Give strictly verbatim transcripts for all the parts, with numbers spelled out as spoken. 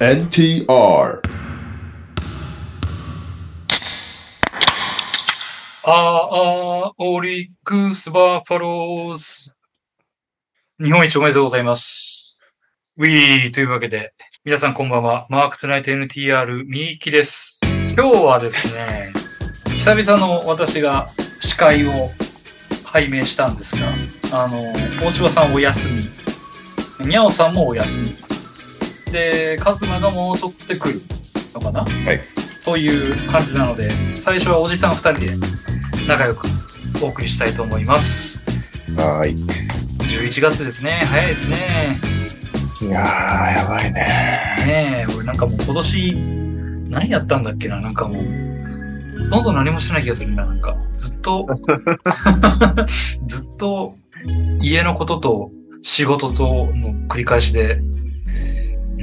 エヌティーアールあーあー、オリックスバファローズ。日本一おめでとうございます。ウィーというわけで、皆さんこんばんは。マークトゥナイト エヌティーアール みーきです。今日はですね、久々の私が司会を拝命したんですが、あの、大柴さんお休み、にゃおさんもお休み。で、カズマがもうちょっとで来るのかな？はい。という感じなので、最初はおじさんふたりで仲良くお送りしたいと思います。 はい。 じゅういちがつですね。早いですね。 いやー、やばいね。 ねえ、俺なんかもう今年何やったんだっけな。なんかもうほとんど何もしてない気がするな。なんかずっとずっと家のことと仕事との繰り返しで、うん、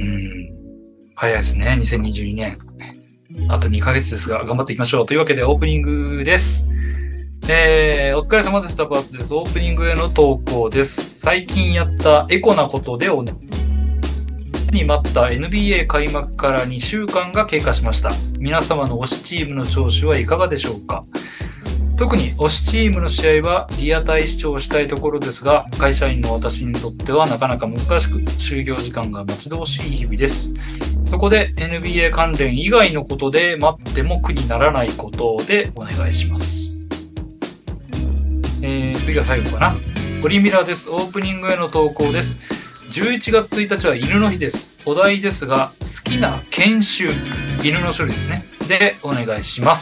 早いですね。にせんにじゅうにねん。あとにかげつですが、頑張っていきましょう。というわけでオープニングです。えー、お疲れ様でした。パーツです。オープニングへの投稿です。最近やったエコなことでおね。に待った エヌビーエー 開幕からにしゅうかんが経過しました。皆様の推しチームの調子はいかがでしょうか。特に推しチームの試合はリアタイ視聴したいところですが、会社員の私にとってはなかなか難しく、就業時間が待ち遠しい日々です。そこで エヌビーエー 関連以外のことで待っても苦にならないことでお願いします。えー、次は最後かな。ゴリミラです。オープニングへの投稿です。じゅういちがつついたちは犬の日です。お題ですが、好きな犬種、犬の種類ですね。でお願いします。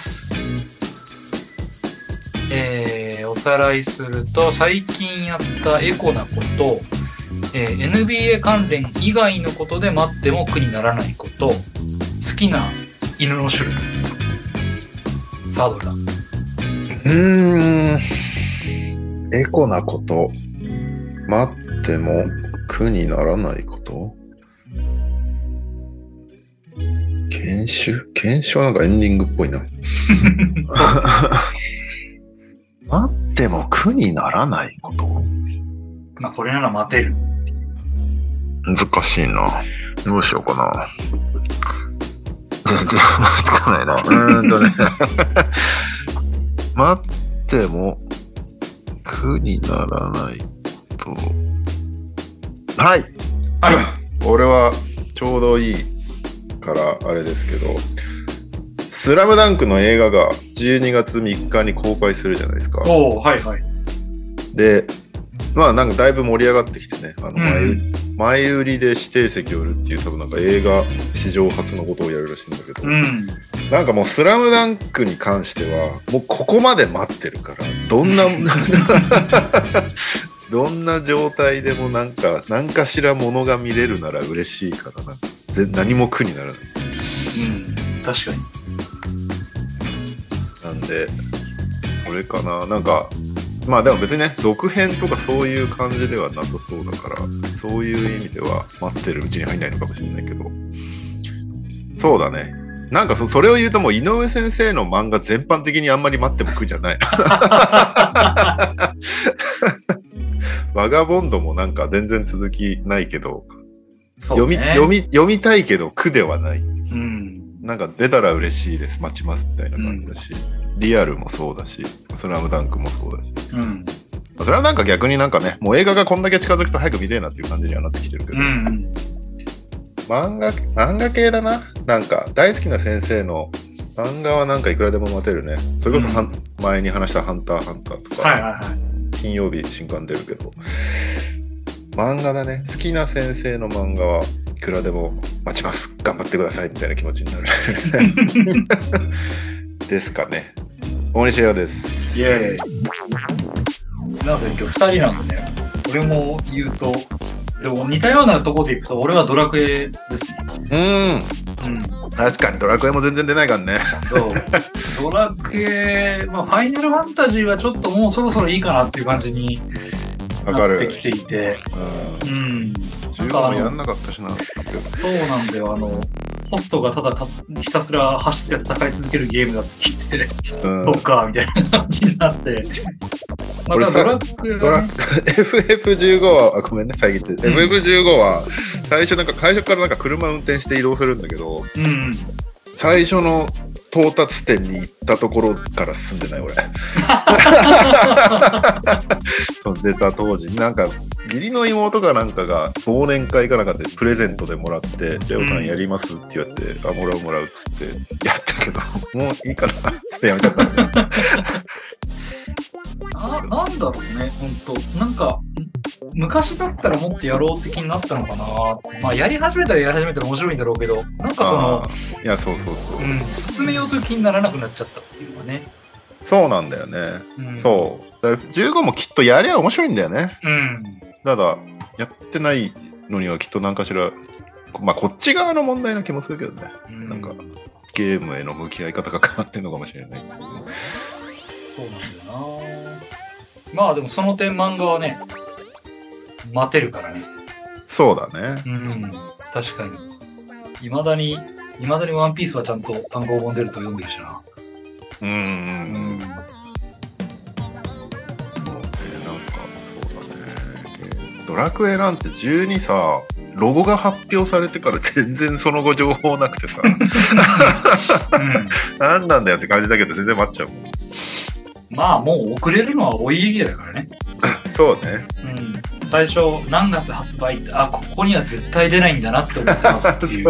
えー、おさらいすると、最近やったエコなこと、えー、エヌビーエー 関連以外のことで待っても苦にならないこと、好きな犬の種類。さあどれだ？うーん、エコなこと、待っても苦にならないこと。犬種？犬種はなんかエンディングっぽいな。待っても苦にならないこと。 まあこれなら待てる。 難しいな。どうしようかな。全然思いつかないな。うーんとね。待っても苦にならないと。はい。 はい。 俺はちょうどいいからあれですけど。スラムダンクの映画がじゅうにがつみっかに公開するじゃないですか。 おー、はいはい。 で、まあなんかだいぶ盛り上がってきてね、あの前、うん、前売りで指定席を売るっていう多分なんか映画史上初のことをやるらしいんだけど、うん、なんかもうスラムダンクに関してはもうここまで待ってるからどんなどんな状態でもなんか何かしらものが見れるなら嬉しいからなんか何も苦にならない。 うん、確かに。 なんでこれかな。なんかまあでも別にね続編とかそういう感じではなさそうだからそういう意味では待ってるうちに入んないのかもしれないけど、そうだね。なんか そ, それを言うともう井上先生の漫画全般的にあんまり待っても苦じゃないバガボンドもなんか全然続きないけど、そうね、読み読み読みたいけど苦ではない、うん、なんか出たら嬉しいです待ちますみたいな感じだし、うん、リアルもそうだしスラムダンクもそうだし、うん、スラムダンクは逆になんかねもう映画がこんだけ近づくと早く見てえなっていう感じにはなってきてるけど、うん、漫画漫画系だな。なんか大好きな先生の漫画はなんかいくらでも待てるね。それこそ、うん、前に話したハンターハンターとか、はいはいはい、金曜日新刊出るけど漫画だね。好きな先生の漫画はいくらでも待ちます頑張ってくださいみたいな気持ちになるですかね。大西洋です。 イエーイ。なぜ今日ふたりなんでね、俺も言うとでも似たようなところでいくと俺はドラクエですね。うん、うん、確かにドラクエも全然出ないからね。 そうドラクエ、まあ、ファイナルファンタジーはちょっともうそろそろいいかなっていう感じになってきていて、うん、うん、 じゅうごもやんなかったしな。 そうなんだよ。あのホストがただたひたすら走って戦い続けるゲームだって聞いて、うん、そっかみたいな感じになって、またドラクエ、ね、 エフエフじゅうご はあごめんね遮って、うん、エフエフじゅうご は最初なんか会社からなんか車運転して移動するんだけど、 うん、 最初の到達点に行ったところから進んでない俺。その出た当時なんか義理の妹かなんかが忘年会かなんかでプレゼントでもらって「レオさんやります?」って言われて「あもらうもらう」っつってやったけどもういいかなっつってやめちゃったんで。 な, なんだろうね本当なんか昔だったらもっとやろうって気になったのかな。まあやり始めたらやり始めたら面白いんだろうけどなんかそのいやそうそうそう、 うん、進めようという気にならなくなっちゃったっていうのはね。 そうなんだよね、うん、そうだじゅうごもきっとやりゃ面白いんだよね。 うんただやってないのにはきっと何かしらまあこっち側の問題な気もするけどね、うん、なんかゲームへの向き合い方が変わってるのかもしれないんですけど、ね、 そうなんだよな。まあでもその点漫画はね待てるからね。 そうだね。 うん、確かに。いまだに、いまだにワンピースはちゃんと単行本出ると読んでるしな。 うん。うん。そうね、なんか、そうだね。ドラクエなんてじゅうにさ、ロゴが発表されてから全然その後情報なくてさ。うん、何なんだよって感じだけど全然待っちゃうもん。 まあもう遅れるのはお家芸だからね。 そうね。 うん。最初何月発売ってあここには絶対出ないんだなって思ってますっていう。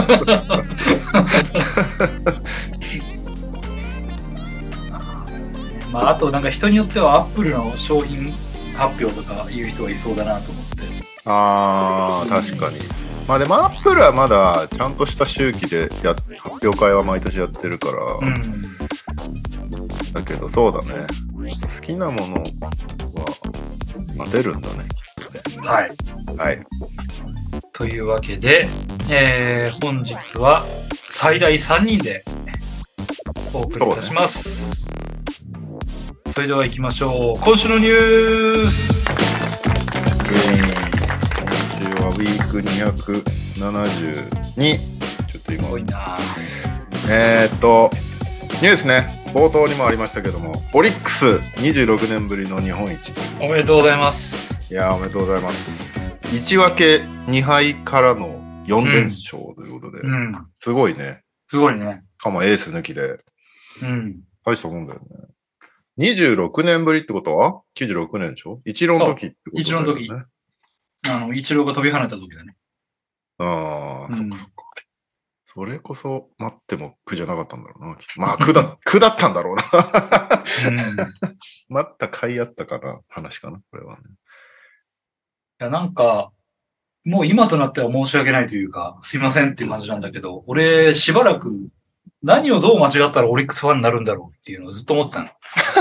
まああとなんか人によってはアップルの商品発表とかいう人がいそうだなと思って。 ああ確かに。まあでもアップルはまだちゃんとした周期でや発表会は毎年やってるから。うん。だけどそうだね。好きなものは、まあ、出るんだねきっとね。 はい。 はい。 というわけで、えー、本日は最大さんにんでお送りいたします。そ,、ね、それでは行きましょう。今週のニュース。 今週はウィークにひゃくななじゅうに。ちょっと今。すごいな。えーっとニュースね。冒頭にもありましたけども、オリックスにじゅうろくねんぶりの日本一という。 おめでとうございます。 いやおめでとうございます。いち分けにはいからのよん連勝ということで、うん、すごいね。 すごいね。 しかもエース抜きで、 うん、 大したもんだよね。にじゅうろくねんぶりってことはきゅうじゅうろくねんでしょ。イチローの時ってことだよね。 イチローの時。あのイチローが飛び跳ねた時だね。 ああ、うん、そっかそっか。それこそ待っても苦じゃなかったんだろうな。まあ苦だ、苦だったんだろうな。うん、待った甲斐あったかな話かな、これはね。 いや、なんか、もう今となっては申し訳ないというか、すいませんっていう感じなんだけど、俺、しばらく何をどう間違ったらオリックスファンになるんだろうっていうのをずっと思ってたの。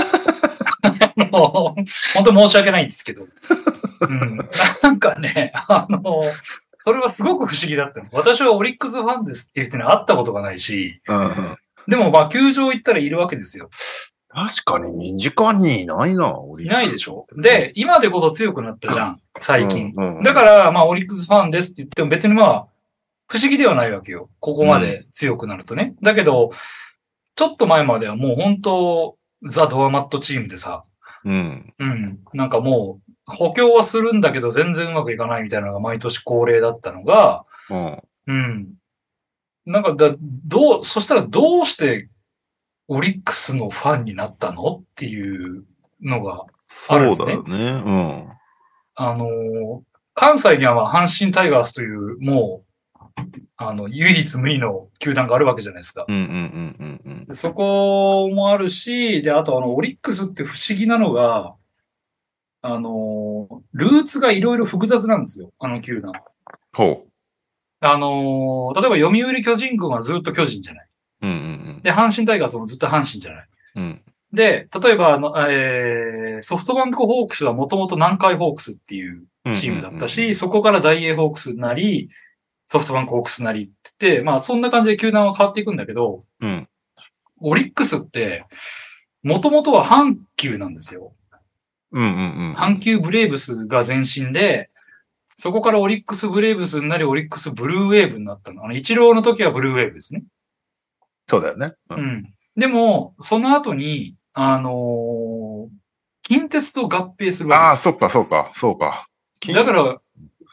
本当申し訳ないんですけど。うん、なんかね、あの、それはすごく不思議だったの。私はオリックスファンですっていう人に会ったことがないし、うん、でもまあ球場行ったらいるわけですよ。 確かに身近にいないな、 オリックス。いないでしょ。で、今でこそ強くなったじゃん、最近。うんうんうん、だからまあオリックスファンですって言っても別にまあ不思議ではないわけよ。ここまで強くなるとね。うん、だけど、ちょっと前まではもう本当ザ・ドアマットチームでさ、うん。うん。なんかもう、補強はするんだけど全然うまくいかないみたいなのが毎年恒例だったのが、うん。うん。なんかだ、どう、そしたらどうしてオリックスのファンになったのっていうのがある、ね。 そうだよね。うん。 あの、関西にはまあ阪神タイガースというもう、あの、唯一無二の球団があるわけじゃないですか。 うんうんうんうんうん。 そこもあるし、で、あとあの、オリックスって不思議なのが、あの、ルーツがいろいろ複雑なんですよ、あの球団。 ほう。 あの、例えば読売巨人軍はずっと巨人じゃない。 うんうんうん。 で、阪神タイガースもずっと阪神じゃない。 うん。 で、例えばあの、えー、ソフトバンクホークスはもともと南海ホークスっていうチームだったし、うんうんうんうん、そこから大英ホークスなり、ソフトバンクホークスなりって言って、まあそんな感じで球団は変わっていくんだけど、 うん、 オリックスって、もともとは阪急なんですよ。 うんうんうん、 阪急ブレーブスが前身で、そこからオリックスブレーブスになり、オリックスブルーウェーブになったの。あの、イチローの時はブルーウェーブですね。 そうだよね。 うん。うん、でも、その後に、あのー、近鉄と合併するわけです。 ああ、そっか、そうか、そうか。 だから、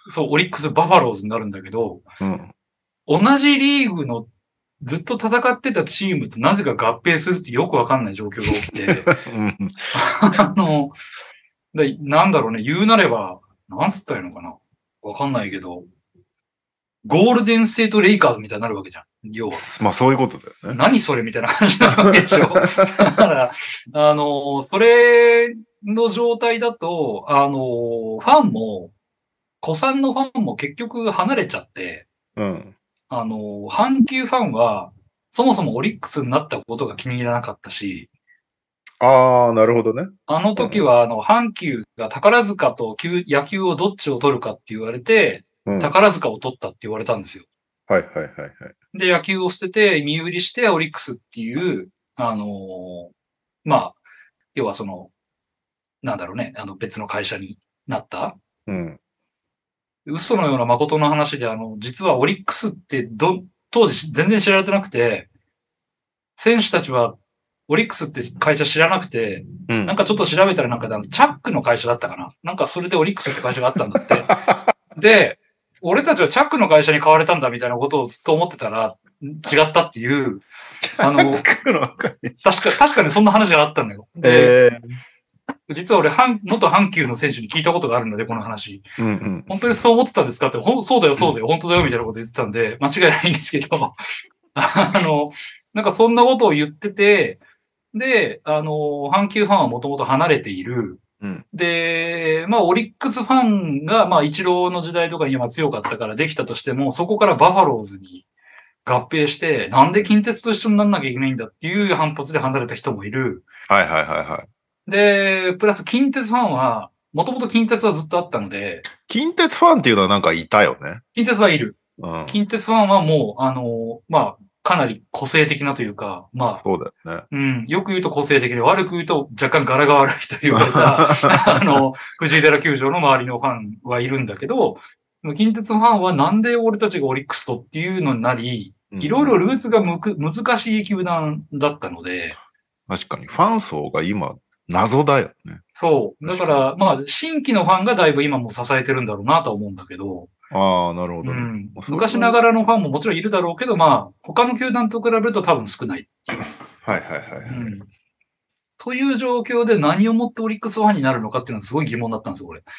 そう、オリックス・バファローズになるんだけど、 うん、 同じリーグのずっと戦ってたチームとなぜか合併するってよくわかんない状況が起きて、うん、あの、で、なんだろうね、言うなれば、なんつったらいいのかな。わかんないけど、ゴールデンステートレイカーズみたいになるわけじゃん。要は。 まあそういうことだよね。 何それみたいな感じなわけでしょ。だから、あの、それの状態だと、あの、ファンも、古参のファンも結局離れちゃって、 うん。 あの、阪急ファンは、そもそもオリックスになったことが気に入らなかったし、 ああ、なるほどね。 あの時は、あの、阪急が宝塚と野球をどっちを取るかって言われて、うん、宝塚を取ったって言われたんですよ。 はいはいはいはい。 で、野球を捨てて、身売りしてオリックスっていう、あのー、まあ、要はその、なんだろうね、あの別の会社になった。 うん。 嘘のような誠の話で、あの、実はオリックスってど、当時全然知られてなくて、選手たちはオリックスって会社知らなくて、うん、なんかちょっと調べたらなんかチャックの会社だったかな。なんかそれでオリックスって会社があったんだって。で、俺たちはチャックの会社に買われたんだみたいなことをずっと思ってたら、違ったっていう、あの、確か、確かにそんな話があったのよ。で、えー、実は俺、元阪急の選手に聞いたことがあるので、この話。うんうん、本当にそう思ってたんですかって、ほそうだよ、そうだよ、本当だよ、みたいなこと言ってたんで、間違いないんですけど、あの、なんかそんなことを言ってて、で、あの、阪急ファンはもともと離れている。うん、で、まあ、オリックスファンが、まあ、イチローの時代とかには強かったからできたとしても、そこからバファローズに合併して、なんで近鉄と一緒にならなきゃいけないんだっていう反発で離れた人もいる。 はいはいはいはい。 で、プラス近鉄ファンは、もともと近鉄はずっとあったので。 近鉄ファンっていうのはなんかいたよね。 近鉄はいる。うん、近鉄ファンはもう、あの、まあ、かなり個性的なというか、まあ。 そうだよね。 うん。よく言うと個性的で、悪く言うと若干柄が悪いと言われた、あの、藤井寺球場の周りのファンはいるんだけど、近鉄ファンはなんで俺たちがオリックスとっていうのになり、いろいろルーツがむく難しい球団だったので。 確かに、ファン層が今、謎だよね。 そう。だから、まあ、新規のファンがだいぶ今も支えてるんだろうなとは思うんだけど。 ああ、なるほど、ね。 うん。昔ながらのファンももちろんいるだろうけど、まあ、他の球団と比べると多分少ないっていう。 はいはいはい、はいうん。 という状況で何をもってオリックスファンになるのかっていうのはすごい疑問だったんですよ、これ。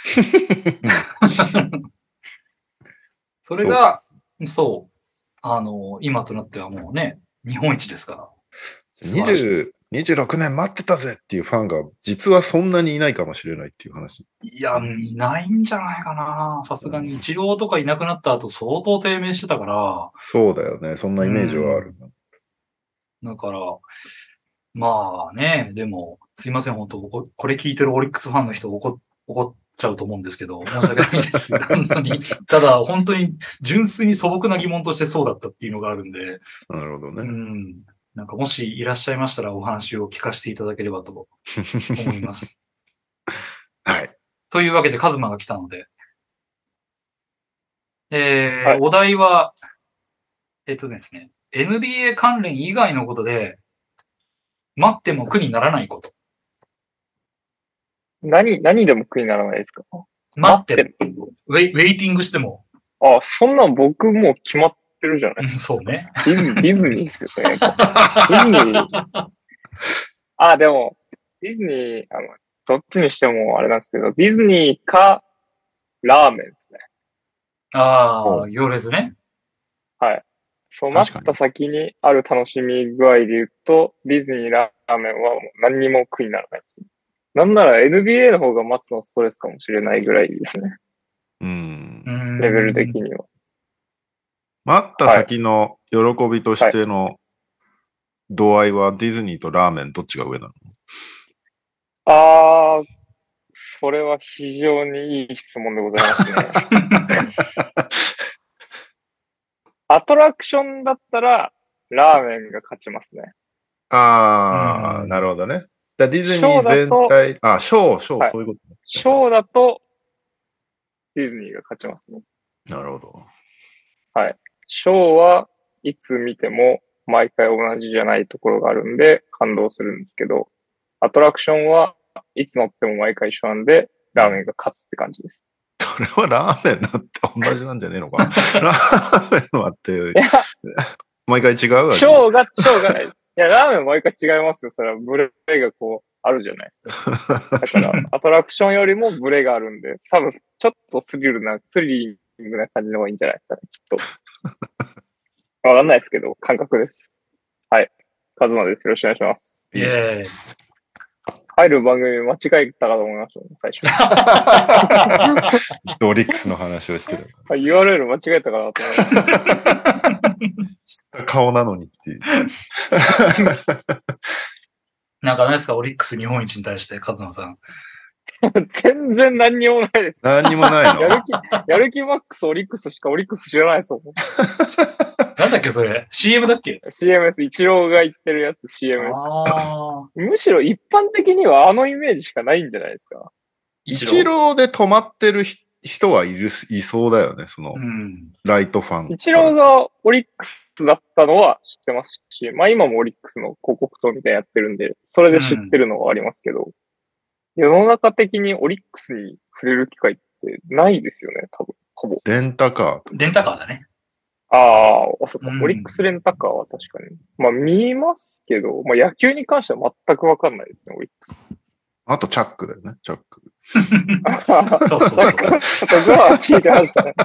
それが、そう、そう。あの、今となってはもうね、日本一ですから。 にじゅう、にじゅうろくねん待ってたぜっていうファンが実はそんなにいないかもしれないっていう話。 いや、いないんじゃないかな。さすがに。イチローとかいなくなった後相当低迷してたから。 そうだよね。そんなイメージはある。 だから、まあね、でも、すいません、本当これ聞いてるオリックスファンの人怒怒っちゃうと思うんですけど、申し訳ないです。本当に。ただ、本当に純粋に素朴な疑問としてそうだったっていうのがあるんで。 なるほどね。 うん。なんかもしいらっしゃいましたらお話を聞かせていただければと思います。 はい。 というわけで、カズマが来たので。えーはい、お題は、えっとですね、エヌビーエー 関連以外のことで、待っても苦にならないこと。 何、何でも苦にならないですか？ 待っても。ウェイ、ウェイティングしても。 あ、そんなん僕もう決まってるじゃないですか。そうね。 ディズニー、ディズニーですよね。ディズニー。あ、でも、ディズニー、あの、どっちにしてもあれなんですけど、ディズニーか、ラーメンですね。 ああ、行列ね。 はい。そう待った先にある楽しみ具合で言うと、ディズニーラーメンはもう何にも苦にならないです。なんなら エヌビーエー の方が待つのストレスかもしれないぐらいですね。 うん。 レベル的には。 待った先の喜びとしての度合いはディズニーとラーメンどっちが上なの？ あー、それは非常にいい質問でございますね。アトラクションだったらラーメンが勝ちますね。 あー、なるほどね。ディズニー全体、あ、ショー、ショー、はい、そういうこと、ね。 ショーだと、ディズニーが勝ちますね。 なるほど。 はい。ショーはいつ見ても毎回同じじゃないところがあるんで感動するんですけど、アトラクションはいつ乗っても毎回一緒なんで、ラーメンが勝つって感じです。 それはラーメンだって同じなんじゃねえのかな。ラーメンはって、毎回違うショーが、ショーがない。いや、ラーメン毎回違いますよ。それはブレがこう、あるじゃないですか。だから、アトラクションよりもブレがあるんで、多分、ちょっとスリルな、スリリングな感じの方がいいんじゃないですかね、きっと。わかんないですけど、感覚です。はい。カズマです。よろしくお願いします。 イェーイ。 入る番組間違えたかと思いましたね、最初。 オリックスの話をしてる。 ユーアールエル 間違えたかなと思いました。 知った顔なのにっていう。 なんかないですか、オリックス日本一に対して、カズマさん。 全然何にもないです。 何にもないのやる気、やる気マックスオリックスしかオリックス知らないですもん。 なんだっけそれ ?シーエム だっけ ?シーエムエス、イチローが言ってるやつ シーエムエス。 あむしろ一般的にはあのイメージしかないんじゃないですか。 イチローで止まってる人はいる、いそうだよね、その、うん、ライトファン。 イチローがオリックスだったのは知ってますし、まあ今もオリックスの広告塔みたいなやってるんで、それで知ってるのはありますけど、うん、世の中的にオリックスに触れる機会ってないですよね、多分、ほぼ。 レンタカー。 レンタカーだね。 ああ、そっか、うん、オリックスレンタカーは確かに。まあ見ますけど、まあ野球に関しては全くわかんないですね、オリックス。 あとチャックだよね、チャック。 そうそうそう。 僕は聞いてましたね。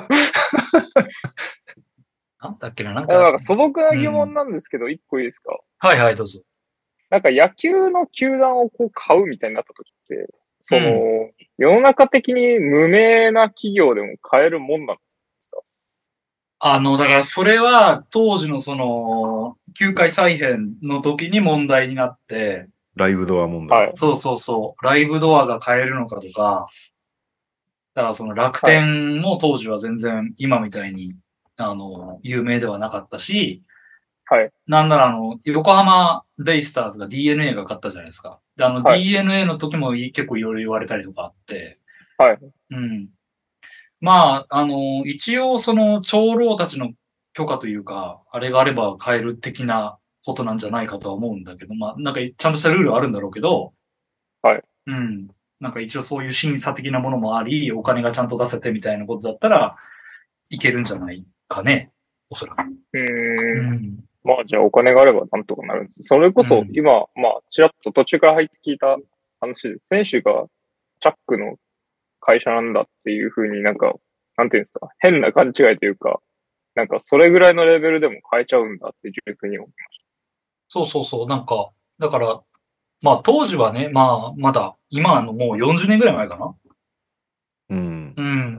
なんだっけな、なんか。 なんか素朴な疑問なんですけど、一、うん、個いいですか？ はいはい、どうぞ。 なんか野球の球団をこう買うみたいになった時って、その、うん、世の中的に無名な企業でも買えるもんなんですか？ あの、だからそれは当時のその、球界再編の時に問題になって、 ライブドア問題、 はい。そうそうそう。ライブドアが買えるのかとか、だからその楽天も当時は全然今みたいに、はい、あの、有名ではなかったし、 はい。 なんならあの、横浜ベイスターズが ディーエヌエー が買ったじゃないですか。で、あの、はい、ディーエヌエー の時も結構いろいろ言われたりとかあって、 はい。 うん。まあ、あの、一応その長老たちの許可というか、あれがあれば買える的なことなんじゃないかとは思うんだけど、まあ、なんかちゃんとしたルールはあるんだろうけど、 はい。 うん。なんか一応そういう審査的なものもあり、お金がちゃんと出せてみたいなことだったらいけるんじゃないかね、おそらく。 うーん。うんまあじゃあお金があればなんとかなるんです。それこそ今、うん、まあちらっと途中から入って聞いた話で、選手がチャックの会社なんだっていうふうになんか、なんていうんですか、変な勘違いというか、なんかそれぐらいのレベルでも変えちゃうんだっていうふうに思いました。 そうそうそう、なんか、だから、まあ当時はね、まあまだ、今のもうよんじゅうねんぐらい前かな。 うん。 うん。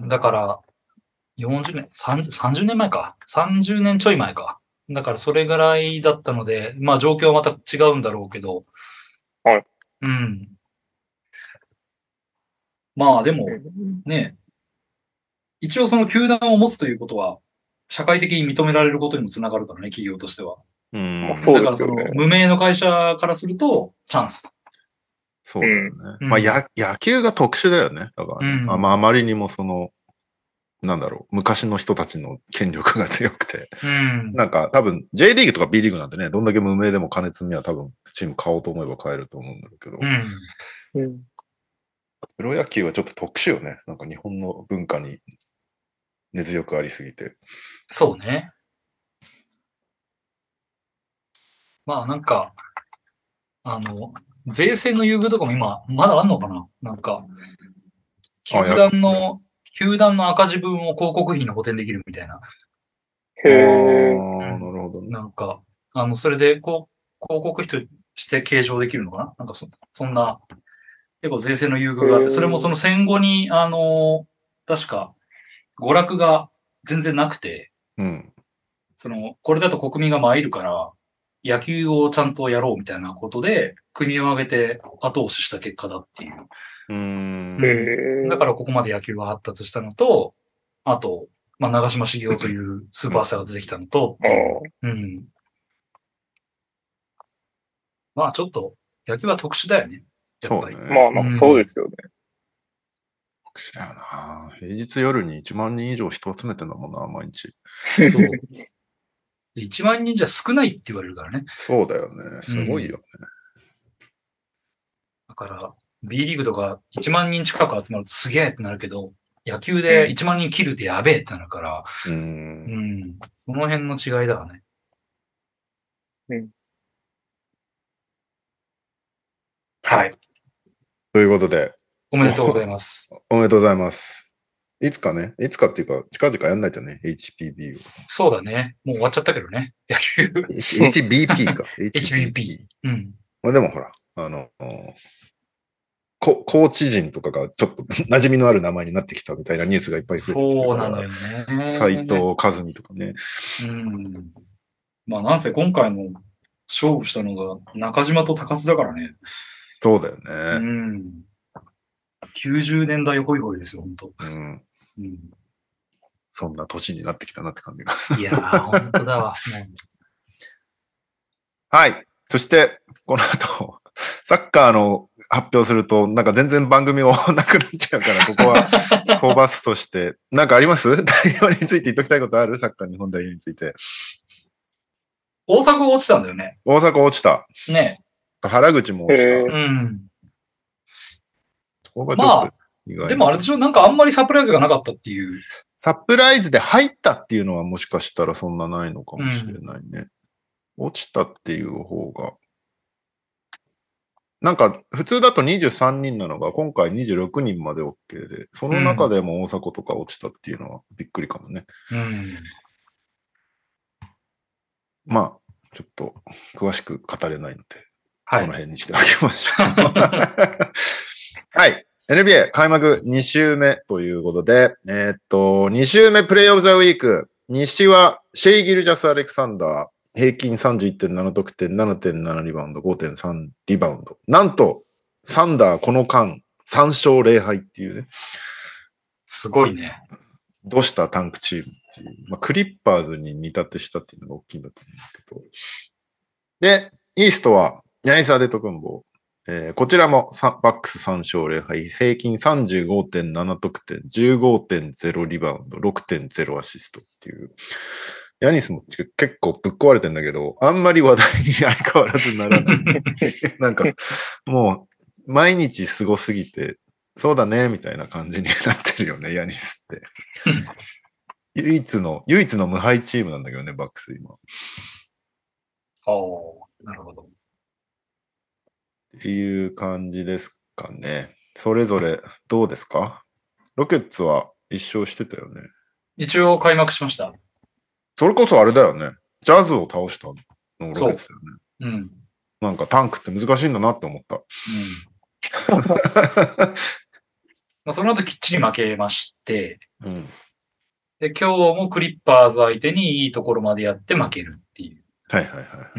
だから、よんじゅうねん、さんじゅう、さんじゅうねんまえか。さんじゅうねんちょい前か。だからそれぐらいだったので、まあ状況はまた違うんだろうけど。 はい。 うん。まあでも、ね、一応その球団を持つということは、社会的に認められることにもつながるからね、企業としては。 うん。 まあ、そうですよね。 だからその、無名の会社からすると、チャンス。 そうだよね。うん、まあや、野球が特殊だよね。だからね。うん、あ, まあ、あまりにもその、なんだろう、昔の人たちの権力が強くて。 うん、 なんか多分 J リーグとか B リーグなんてね、どんだけ無名でも金積みは多分チーム買おうと思えば買えると思うんだけど。 うん。 プロ野球はちょっと特殊よね。なんか日本の文化に根強くありすぎて。 そうね。まあなんか、あの、税制の優遇とかも今、まだあんのかななんか、球団の、球団の赤字分を広告費に補填できるみたいな。 へえ。 なるほど、ね。 なんか、あの、それで、こう、広告費として計上できるのかななんかそ、そんな、結構税制の優遇があって、それもその戦後に、あの、確か、娯楽が全然なくて、 うん、 その、これだと国民が参るから、野球をちゃんとやろうみたいなことで、国を挙げて後押しした結果だっていう。 うーんうん、だからここまで野球が発達したのと、あと、まあ、長嶋茂雄というスーパースターが出てきたのと、うん。まあちょっと、野球は特殊だよね。やっぱり。 そうね。まあまあそうですよね。うん、 特殊だよな。平日夜にいちまんにん以上人集めてんだもんな、毎日。 そう。いちまんにんじゃ少ないって言われるからね。 そうだよね。すごいよね。うん、 だから、B リーグとかいちまんにん近く集まるとすげえってなるけど、 野球でいちまんにん切るってやべえってなるから、 うん、 うん。その辺の違いだわね。 うん。 はい。 ということで。 おめでとうございます。 おめでとうございます。いつかね、いつかっていうか、近々やんないとね、エイチピービー を。 そうだね。もう終わっちゃったけどね。野球。 エイチビーピー か。 エイチビーピー。うん。 まあでもほら、あの、コーチ陣とかがちょっと馴染みのある名前になってきたみたいなニュースがいっぱい増えてきてるから。 そうなのよね。 斉藤和美とかね。 うん。まあなんせ今回の勝負したのが中島と高津だからね。 そうだよね。 うん。きゅうじゅうねんだいホイホイですよ、本当。 うん。 うん、 そんな年になってきたなって感じが。 いやー、本当だわ。 はい。そして、この後、サッカーの発表すると、なんか全然番組をなくなっちゃうから、ここは飛ばすとして。なんかあります？代表について言っときたいことある？サッカー日本代表について。 大阪落ちたんだよね。 大阪落ちた。 ねえ。原口も落ちた。 うん。 ここがちょっと意外、 まあ、でもあれでしょ、なんかあんまりサプライズがなかったっていう。 サプライズで入ったっていうのはもしかしたらそんなないのかもしれないね。うん、落ちたっていう方が。なんか普通だとにじゅうさんにんなのが今回にじゅうろくにんまで OK で、その中でも大迫とか落ちたっていうのはびっくりかもね。 うん、 まあ、ちょっと詳しく語れないので、 はい、 その辺にしておきましょう。はい。エヌビーエー 開幕に週目ということで、えー、っと、に週目プレイオブザウィーク。西はシェイ・ギルジャス・アレクサンダー。平均 さんじゅういってんなな 得点、ななてんなな リバウンド、ごてんさん リバウンド。なんと、サンダーこの間、さん勝ぜろ敗っていうね。 すごいね。 どうしたタンクチームっていう。まあ、クリッパーズに似立てしたっていうのが大きいんだと思うんだけど。で、イーストは、ヤニス・アデトクンボ。えー、こちらもバックスさん勝ぜろ敗、平均 さんじゅうごてんなな 得点、じゅうごてんゼロ リバウンド、ろくてんゼロ アシストっていう。ヤニスも結構ぶっ壊れてんだけど、あんまり話題に相変わらずならない。なんか、もう、毎日すごすぎて、そうだね、みたいな感じになってるよね、ヤニスって。唯一の、唯一の無敗チームなんだけどね、バックス今。 ああ、なるほど。 っていう感じですかね。それぞれどうですか？ロケッツは一勝してたよね。 一応開幕しました。 それこそあれだよね。ジャズを倒したのロケッツだよね。 うん。 なんかタンクって難しいんだなって思った。うん。 まあその後きっちり負けまして、 うん、 で今日もクリッパーズ相手にいいところまでやって負けるっていう。 はいはいはい。 うん。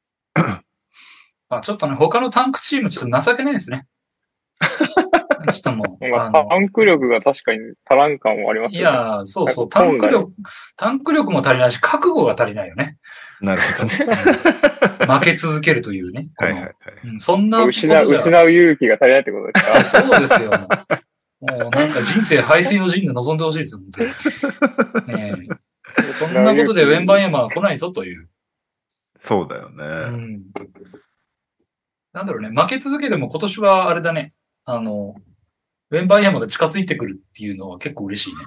まあちょっとね、他のタンクチームちょっと情けないですね。ちょっともう。 まあ、タンク力が確かに足らん感はありますよね。 いや、そうそう、タンク力、タンク力も足りないし、覚悟が足りないよね。 なるほどね。 負け続けるというね。 はいはいはい。 うん、そんな失う、失う勇気が足りないってことですか？ そうですよ。もうなんか人生排水の陣で望んでほしいですよ、本当に。ねえ、そんなことでウェンバンヤマは来ないぞという。 そうだよね。 うん。なんだろうね、負け続けても今年はあれだね、あの、ウェンバンヤマが近づいてくるっていうのは結構嬉しいね。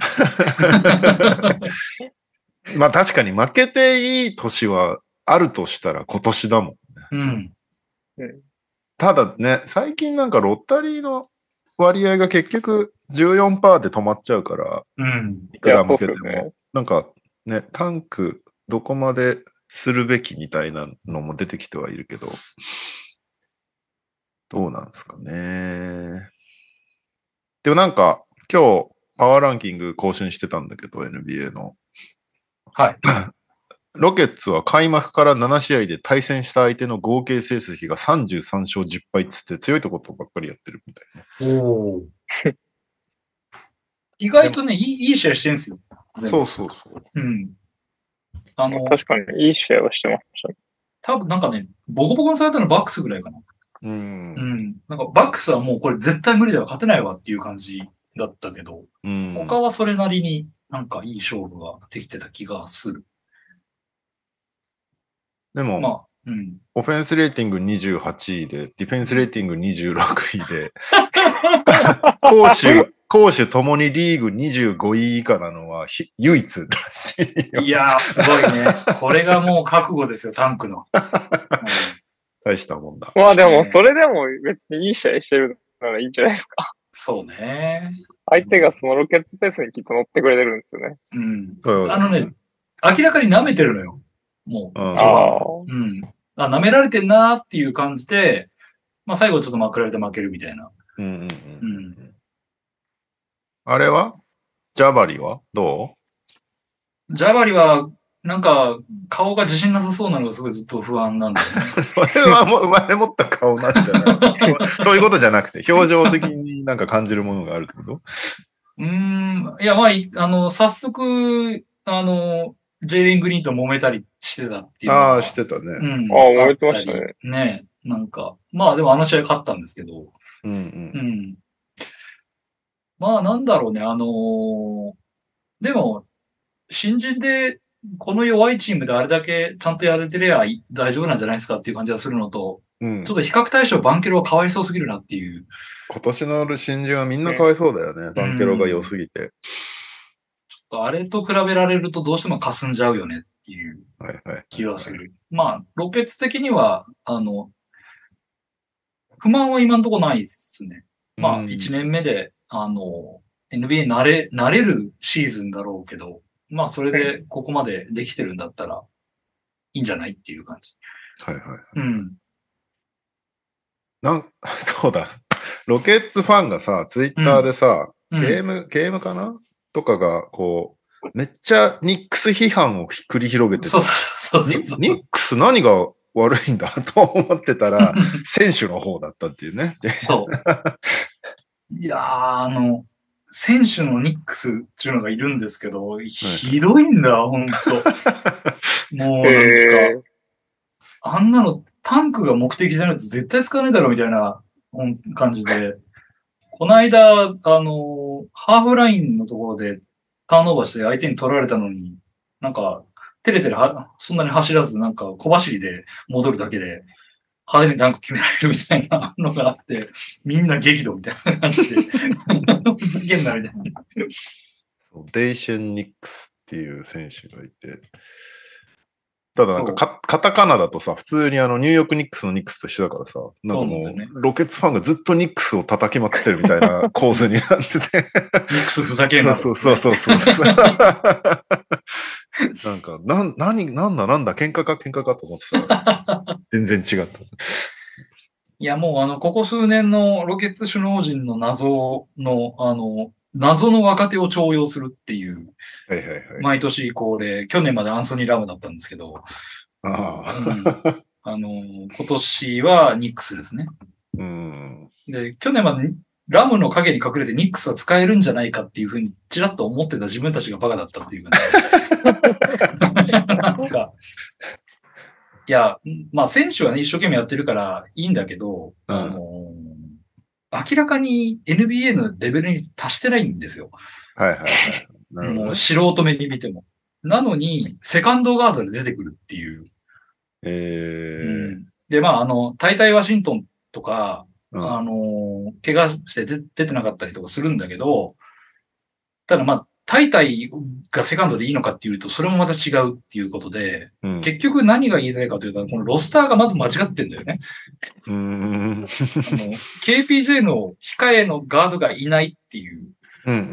まあ確かに負けていい年はあるとしたら今年だもんね。 うん。 ただね、最近なんかロッタリーの割合が結局 じゅうよんパーセント で止まっちゃうから、 うん、 いくら負けても、ね、なんかね、タンクどこまでするべきみたいなのも出てきてはいるけど、どうなんですかね。でもなんか今日パワーランキング更新してたんだけど エヌビーエー の。 はい。 ロケッツは開幕からなな試合で対戦した相手の合計成績がさんじゅうさん勝じゅっ敗っつって強いとことばっかりやってるみたいな。お意外とねいい、いい試合してるんですよ。 そうそうそう。 うん。あの、 確かにいい試合はしてましたね。 多分なんかね、ボコボコにされたのバックスぐらいかな。 うん。うん。 なんかバックスはもうこれ絶対無理では勝てないわっていう感じだったけど、うん、他はそれなりになんかいい勝負ができてた気がする。 でも、まあうん、オフェンスレーティングにじゅうはちいで、ディフェンスレーティングにじゅうろくいで、攻守、 攻守ともにリーグにじゅうごい以下なのは唯一らしいよ。 いやー、すごいね。これがもう覚悟ですよ、タンクの。うん、 大したもんだ。 まあでも、それでも別にいい試合してるならいいんじゃないですか。 そうね。 相手がそのロケッツペースにきっと乗ってくれてるんですよね。 うん。そう、あのね、明らかに舐めてるのよ。もう、序盤。うん。あ、舐められてんなーっていう感じで、まあ最後ちょっとまくられて負けるみたいな。 うんうんうん。うんあれはジャバリはどうジャバリは、なんか、顔が自信なさそうなのがすごいずっと不安なんだよね。 それはもう生まれ持った顔なんじゃないそういうことじゃなくて、表情的になんか感じるものがあるってことうーん。いや、まあ、あの、早速、あの、ジェイレン・グリーンと揉めたりしてたっていうのは。 ああ、してたね。 うん。 ああ、揉めてましたね。 ね。なんか、まあでもあの試合勝ったんですけど。 うんうん。 うんまあなんだろうね、あのー、でも、新人でこの弱いチームであれだけちゃんとやれてりゃ大丈夫なんじゃないですかっていう感じがするのと、うん、ちょっと比較対象バンケロはかわいそうすぎるなっていう。 今年の新人はみんなかわいそうだよね、うん、バンケロが良すぎて。ちょっとあれと比べられるとどうしても霞んじゃうよねっていう気はする。はいはいはいはい、まあ、ロケッツ的には、あの、不満は今のところないですね。まあ、いちねんめで、あの、エヌビーエー 慣れ、慣れるシーズンだろうけど、まあ、それでここまでできてるんだったら、いいんじゃないっていう感じ。 はいはい、はい。 うん。 なん、そうだ。ロケッツファンがさ、ツイッターでさ、うん、ゲーム、ゲームかなとかが、こう、めっちゃニックス批判を繰り広げてた。 そうそうそうそう。 ニックス何が悪いんだと思ってたら、選手の方だったっていうね。 そう。いやー、あの、選手のニックスっていうのがいるんですけど、はい、ひどいんだ、ほんと。もうなんか、あんなのタンクが目的じゃないと絶対使わないだろうみたいな感じで。この間、あの、ハーフラインのところでターンオーバーして相手に取られたのに、なんか、テレテレは、そんなに走らず、なんか小走りで戻るだけで、派手にダンク決められるみたいなのがあって、みんな激怒みたいな感じで、ふざけんなみたいな。 デイシェン・ニックスっていう選手がいて、ただなんかカ、カタカナだとさ、普通にあのニューヨークニックスのニックスと一緒だからさ、なんかもう、ね、ロケッツファンがずっとニックスを叩きまくってるみたいな構図になってて。ニックスふざけんな、ね。 そうそうそうそう。なんか、な、何、なんだなんだ、喧嘩か喧嘩かと思ってたら、全然違った。 いや、もうあの、ここ数年のロケッツ首脳陣の謎の、あの、謎の若手を重用するっていう、 はいはいはい、 毎年恒例、去年までアンソニー・ラムだったんですけど、 あ、 うん、あの、今年はニックスですね。 うん、で、 去年までラムの影に隠れてニックスは使えるんじゃないかっていうふうにちらっと思ってた自分たちがバカだったっていう感じ。なんか、いや、まあ選手はね、一生懸命やってるからいいんだけど、うん、あの、明らかに エヌビーエー のレベルに達してないんですよ。 はいはいはい。なるほどね、 もう素人目に見ても。なのに、セカンドガードで出てくるっていう。 えーうん、で、まあ、あの、タイタイワシントンとか、うん、あの、怪我して出てなかったりとかするんだけど、ただまあ、タイタイがセカンドでいいのかっていうと、それもまた違うっていうことで、うん、結局何が言いたいかというと、このロスターがまず間違ってんだよね。 うーんあの ケーピージェー の控えのガードがいないっていう。 うんうんうんうん、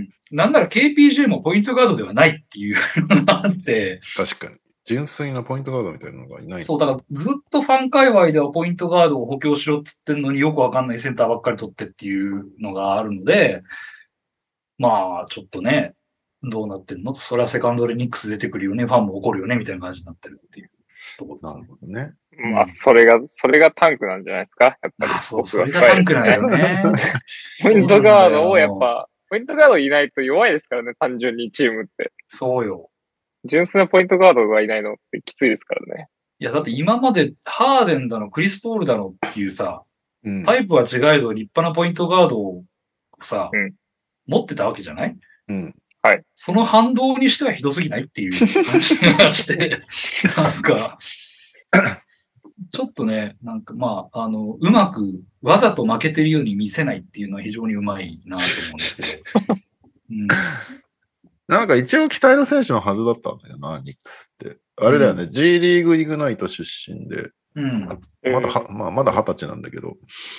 なんなら ケーピージェー もポイントガードではないっていうのがあって。 確かに。純粋なポイントガードみたいなのがいない。 そう、だからずっとファン界隈ではポイントガードを補強しろっつってんのによくわかんないセンターばっかり取ってっていうのがあるので、まあ、ちょっとね、どうなってんの？それはセカンドでニックス出てくるよね、ファンも怒るよね、みたいな感じになってるっていうところですね。 なるほどね。 まあ、それが、それがタンクなんじゃないですか、やっぱり。 あ、そう、それがタンクなんだよね。 ポイントガードをやっぱ、ポイントガードいないと弱いですからね、単純にチームって。 そうよ。 純粋なポイントガードがいないのってきついですからね。 いや、だって今までハーデンだの、クリス・ポールだのっていうさ、うん、タイプは違えど立派なポイントガードをさ、うん、持ってたわけじゃない？ うん。 はい。 その反動にしてはひどすぎないっていう感じがして、なんか、 ちょっとね、なんかまあ、あの、うまくわざと負けてるように見せないっていうのは非常にうまいなと思うんですけど。うん、 なんか一応期待の選手のはずだったんだよな、ニックスって。あれだよね、うん、G リーグイグナイト出身で、 うん、 まだは、まあ、まだ二十歳なんだけど、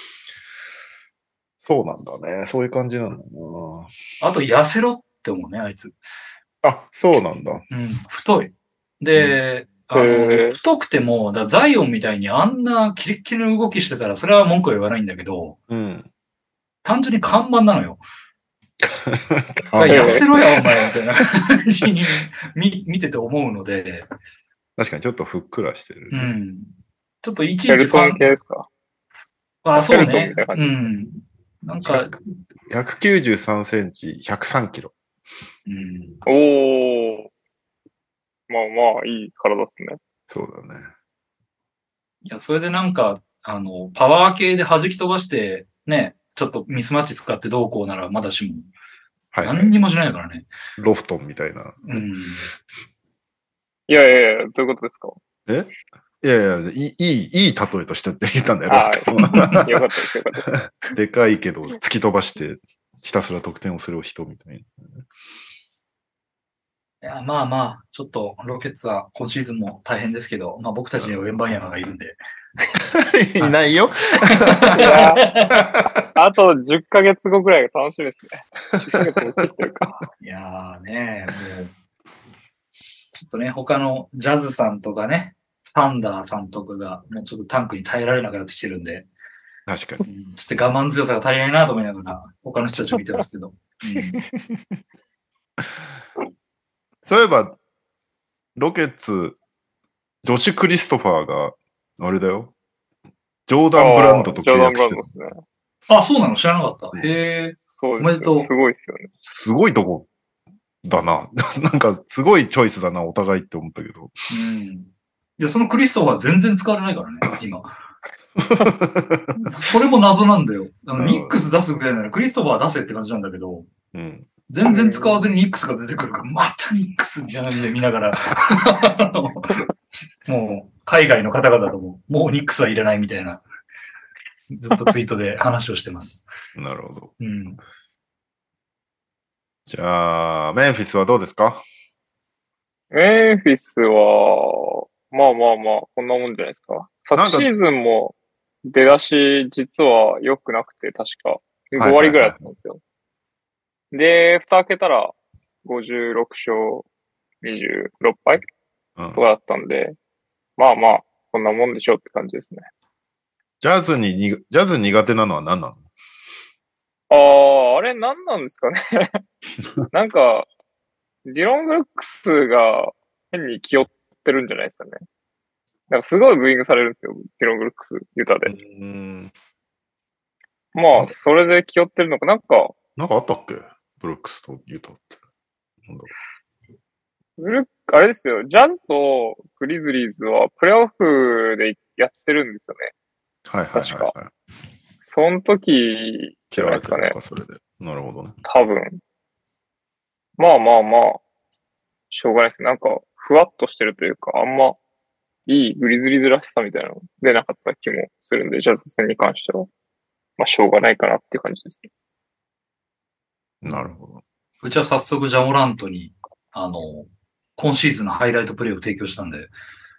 そうなんだね。そういう感じなんだな。 あと、痩せろって思うね、あいつ。 あ、そうなんだ。 うん、太い。で、うん、あの、太くても、だザイオンみたいにあんなキレッキレの動きしてたら、それは文句は言わないんだけど、 うん、 単純に看板なのよ。痩せろや、お前、みたいな感じに見見てて思うので。 確かにちょっとふっくらしてる、 ね。うん。ちょっといちいちフェルトン系ですか？ あ、そうね。うん。なんか。 ひゃくきゅうじゅうさんセンチ、ひゃくさんキロ。 うん、 おー。まあまあ、いい体ですね。 そうだね。 いや、それでなんか、あの、パワー系で弾き飛ばして、ね、ちょっとミスマッチ使ってどうこうならまだしも。はい、はい。何にもしないからね。 ロフトンみたいな。 うん。 いやいやいや、どういうことですか？ えいやいや、いい、いい、いい例えとしてって言ったんだよ、ロフトンは。よかったです、よかったです。 でかいけど、突き飛ばして、ひたすら得点をする人みたいな。 いや、まあまあ、ちょっと、ロケッツは今シーズンも大変ですけど、まあ僕たちにはウェンバンヤマがいるんで。 いないよ。 いや、あとじゅっかげつごぐらいが楽しみですね。じゅっかげつも切ってるか。 いやーね、もう、ちょっとね、他のジャズさんとかね、ファンダーさんとかが、もうちょっとタンクに耐えられなくなってきてるんで。 確かに。 うん、ちょっと我慢強さが足りないなと思いながら、他の人たちを見てますけど。 うん、そういえば、ロケッツ、ジョシュ・クリストファーが、あれだよ。ジョーダン・ブランドと契約してる。 ね、 あ、そうなの知らなかった。へえ。 そうです。 おめでとう。 すごいですよね。 すごいとこだな。なんか、すごいチョイスだな、お互いって思ったけど。 うん。いや、そのクリストファー全然使われないからね、今。それも謎なんだよ。あのニックス出すぐらいならクリストファー出せって感じなんだけど、 うん、 全然使わずにニックスが出てくるから、またニックスみたいな感じで見ながら、もう海外の方々とも、もうニックスはいらないみたいな、ずっとツイートで話をしてます。 なるほど。 うん、 じゃあ、メンフィスはどうですか？ メンフィスは、まあまあまあ、こんなもんじゃないですか。昨シーズンも出だし、実は良くなくて、確かごわりぐらいだったんですよ。で、蓋開けたらごじゅうろくしょうにじゅうろっぱいとかだったんで、うん、まあまあ、こんなもんでしょうって感じですね。 ジャズにに、ジャズ苦手なのは何なの？ ああ、あれ何なんですかね。なんか、ディロン・ブルックスが変に気負ってるんじゃないですかね。なんかすごいブーイングされるんですよ、ディロン・ブルックス、ユタで。うんまあ、それで気負ってるのか、なんか。 なんかあったっけ？ブルックスとユタって。なんだろう。ブルック、あれですよ、ジャズとグリズリーズはプレイオフでやってるんですよね。 はいはいはい、はい。確か。 その時じゃないですかね。 かそれで。なるほどね。 多分。まあまあまあ、しょうがないです。なんか、ふわっとしてるというか、あんま、いいグリズリーズらしさみたいなの出なかった気もするんで、ジャズ戦に関しては。まあ、しょうがないかなっていう感じですね。 なるほど。 うちは早速ジャモラントに、あの、今シーズンのハイライトプレイを提供したんで。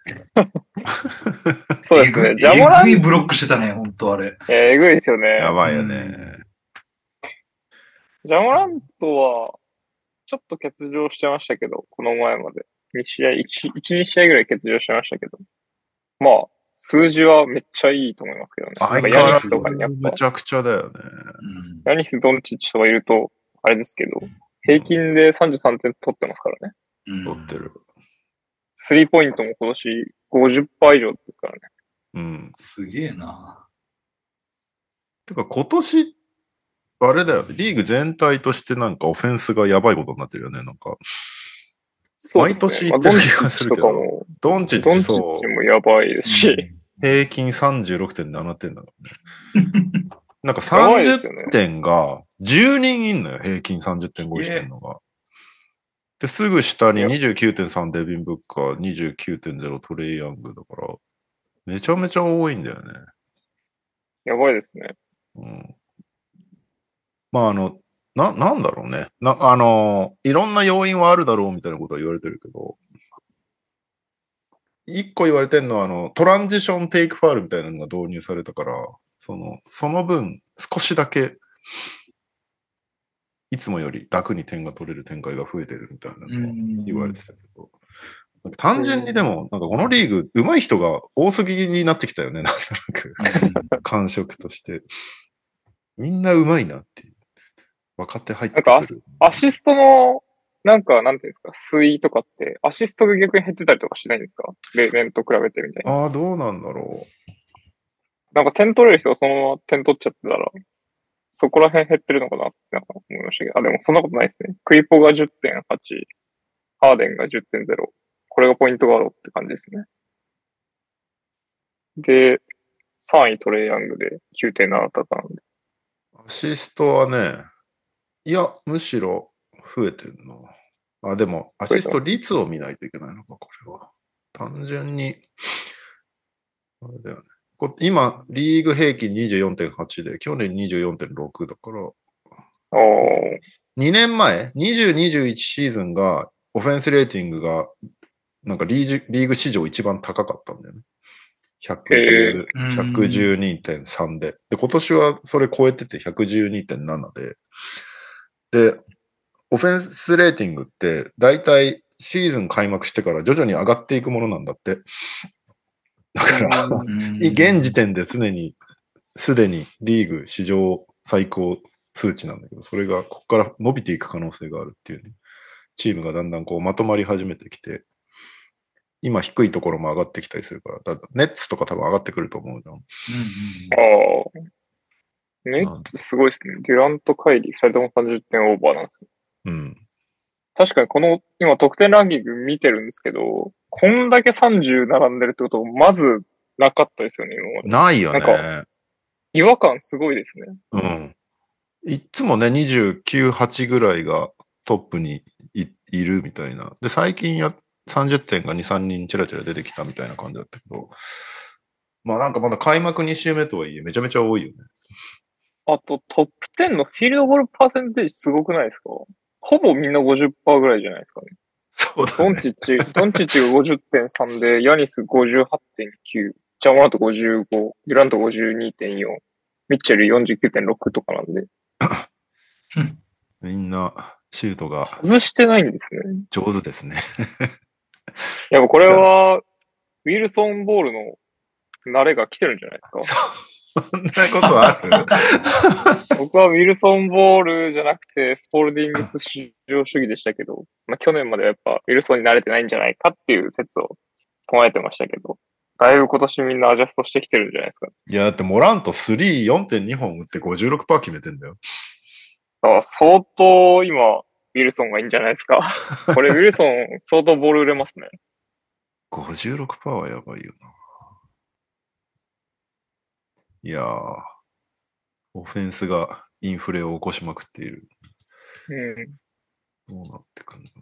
そうですね。 ジャモラント。えぐいブロックしてたね、ほんとあれ。 ええぐいですよね。 やばいよね。 ジャモラントは、ちょっと欠場してましたけど、この前まで。に試合、いち、いち、に試合ぐらい欠場してましたけど。まあ、数字はめっちゃいいと思いますけどね。 なんかヤニスとかにやっぱ。めちゃくちゃだよね。 ヤニス・ドンチッチとかいると、あれですけど、平均でさんじゅうさんてん取ってますからね。 うん、取ってる。 スリーポイントも今年 ごじゅっパーセント 以上ですからね。 うん。 すげえな。 てか今年、あれだよね。リーグ全体としてなんかオフェンスがやばいことになってるよね。なんか。 そうですね、 毎年言ってる気がするけど。ドンチッチそう。 ドンチッチもやばいですし。うん、 平均 さんじゅうろくてんなな 点だからね。なんかさんじゅってんがじゅうにんいんのよ。平均さんじゅってんごしてんのが。で、すぐ下に にじゅうきゅうてんさん デビン・ブッカー、にじゅうきゅうてんゼロ トレイ・ヤングだから。 めちゃめちゃ多いんだよね。 やばいですね。 うん。まあ、あの、な、なんだろうね。な、あの、いろんな要因はあるだろうみたいなことは言われてるけど、一個言われてるのは、あの、トランジションテイクファールみたいなのが導入されたから、その、その分、少しだけ、いつもより楽に点が取れる展開が増えてるみたいなのは言われてたけど、単純にでも、なんかこのリーグ、上手い人が多すぎになってきたよね、なんとなく。感触として。みんな上手いなっていう。分かって入ってくる。 なんかアシストの、なんか、なんていうんですか、推移とかって、アシストが逆に減ってたりとかしないんですか？例年と比べてみたいな。 ああ、どうなんだろう。 なんか点取れる人がそのまま点取っちゃってたら、そこら辺減ってるのかなってなんか思いましたけど、あ、でもそんなことないですね。クイポが じゅってんはち、ハーデンが じゅってんゼロ。これがポイントガードって感じですね。で、さんいトレイヤングで きゅうてんなな とかなんで。 アシストはね、いや、むしろ増えてんの。あ、でも、アシスト率を見ないといけないのか、これは。単純に、あれだよね。今、リーグ平均 にじゅうよんてんはち で、去年 にじゅうよんてんろく だから、にねんまえ、にじゅう、にじゅういちシーズンが、オフェンスレーティングが、なんかリーグリーグ史上一番高かったんだよね。ひゃくじゅう、ひゃくじゅうにてんさん で。で、今年はそれ超えてて ひゃくじゅうにてんなな で。で、オフェンスレーティングって、だいたいシーズン開幕してから徐々に上がっていくものなんだって。だから現時点で常に、すでにリーグ史上最高数値なんだけど、それがここから伸びていく可能性があるっていうね。チームがだんだんこうまとまり始めてきて、今低いところも上がってきたりするから、だネッツとか多分上がってくると思うじゃん。うんうん、ああ。ネッツすごいですね。デュラント、カイリー、ふたりともさんじゅってんオーバーなんですね。 うん。 確かにこの、今得点ランキング見てるんですけど、こんだけさんじゅう並んでるってことまずなかったですよね、今まで。 ないよね。 なんか、違和感すごいですね。 うん。いつもね、にじゅうきゅう、はちぐらいがトップに い, いるみたいな。で、最近やさんじゅってんがに、さんにんチラチラ出てきたみたいな感じだったけど、まあなんかまだ開幕に週目とはいえめちゃめちゃ多いよね。あとトップじゅうのフィールドゴールパーセンテージすごくないですか？ほぼみんな ごじゅっパーセント ぐらいじゃないですかね。 そうだね。 ドンチッチ、ドンチッチが ごじゅってんさん で、ヤニス ごじゅうはちてんきゅう、ジャマラントごじゅうご、デュラント ごじゅうにてんよん、ミッチェル よんじゅうきゅうてんろく とかなんで。 みんなシュートが外してないんですね。 上手ですね。 やっぱこれは、ウィルソンボールの慣れが来てるんじゃないですか。 そんなことある僕はウィルソンボールじゃなくて、スポールディングス至上主義でしたけど、まあ、去年まではやっぱウィルソンに慣れてないんじゃないかっていう説を唱えてましたけど、だいぶ今年みんなアジャストしてきてるんじゃないですか。 いや、だってモラントスリーよんてんにほん打って ごじゅうろくパーセント 決めてんだよ。 だから相当今、ウィルソンがいいんじゃないですか。これウィルソン相当ボール売れますね。 ごじゅうろくパーセント はやばいよな。いやー、オフェンスがインフレを起こしまくっている。 うん。 どうなってくんの？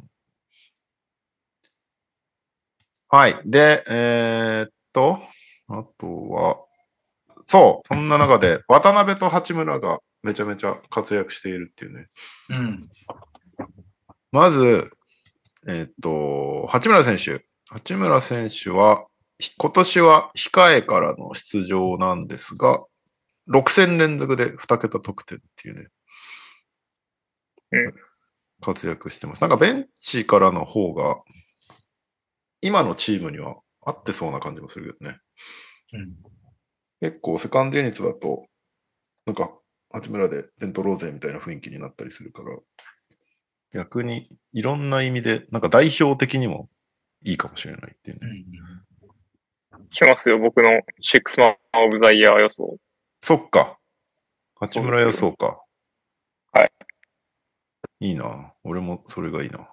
はい。で、えー、っと、あとは、そう、そんな中で、渡辺と八村がめちゃめちゃ活躍しているっていうね。 うん。 まず、えー、っと、八村選手。八村選手は、今年は控えからの出場なんですが、ろく戦連続でに桁得点っていうね、 うん、 活躍してます。なんかベンチからの方が、今のチームには合ってそうな感じもするけどね。 うん、 結構セカンドユニットだと、なんか、八村で点取ろうぜみたいな雰囲気になったりするから、逆にいろんな意味で、なんか代表的にもいいかもしれないっていうね。 うん、来ますよ、僕のシックスマンオブザイヤー予想。 そっか。八村予想か。 はい。 いいな。俺もそれがいいな。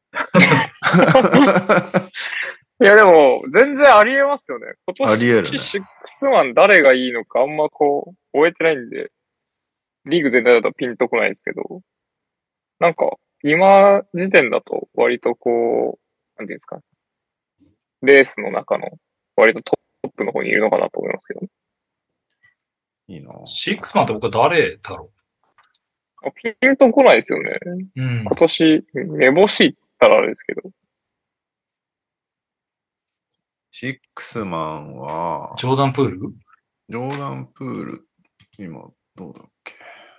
いやでも、全然ありえますよね。今年、 ありえるね。 シックスマン誰がいいのかあんまこう、終えてないんで、リーグ全体だとピンとこないですけど、なんか、今時点だと割とこう、なんていうんですか、レースの中の割とトップの方にいるのかなと思いますけど、ね。 いいな。 シックスマンって僕は誰だろうピンとこないですよね。うん、今年、めぼしいったらあれですけど。 シックスマンは、 ジョーダン・プールジョーダン・プール、今、どうだっけ。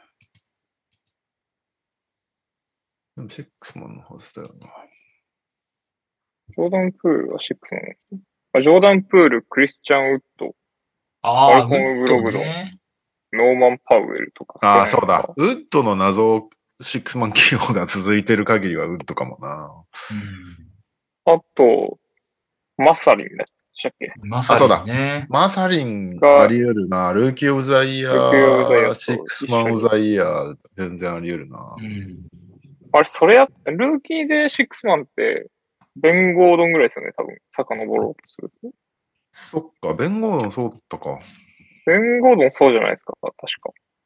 でもシックスマンのはずだよな。 ジョーダン・プールはシックスマンですね。あ、ジョーダン・プール、クリスチャン・ウッド、 ああ、 マルコム・ブログドン、ね、ノーマン・パウエルとか。 ああ、そうだ。ウッドの謎をシックスマン起用が続いてる限りはウッドかもな。 うん、 あと、マサリンでしたっけ？ マサリン、ね、あ、そうだ。 マサリンあり得るな。ルーキー・オブ・ザ・イヤー、シックスマン・オブ・ザ・イヤー、全然あり得るな。 うん、 あれ、それや、ルーキーでシックスマンって、ベン・ゴードンぐらいですよね、多分、遡ろうとすると。 そっか、ベン・ゴードンそうだったか。 ベン・ゴードンそうじゃないですか、確か。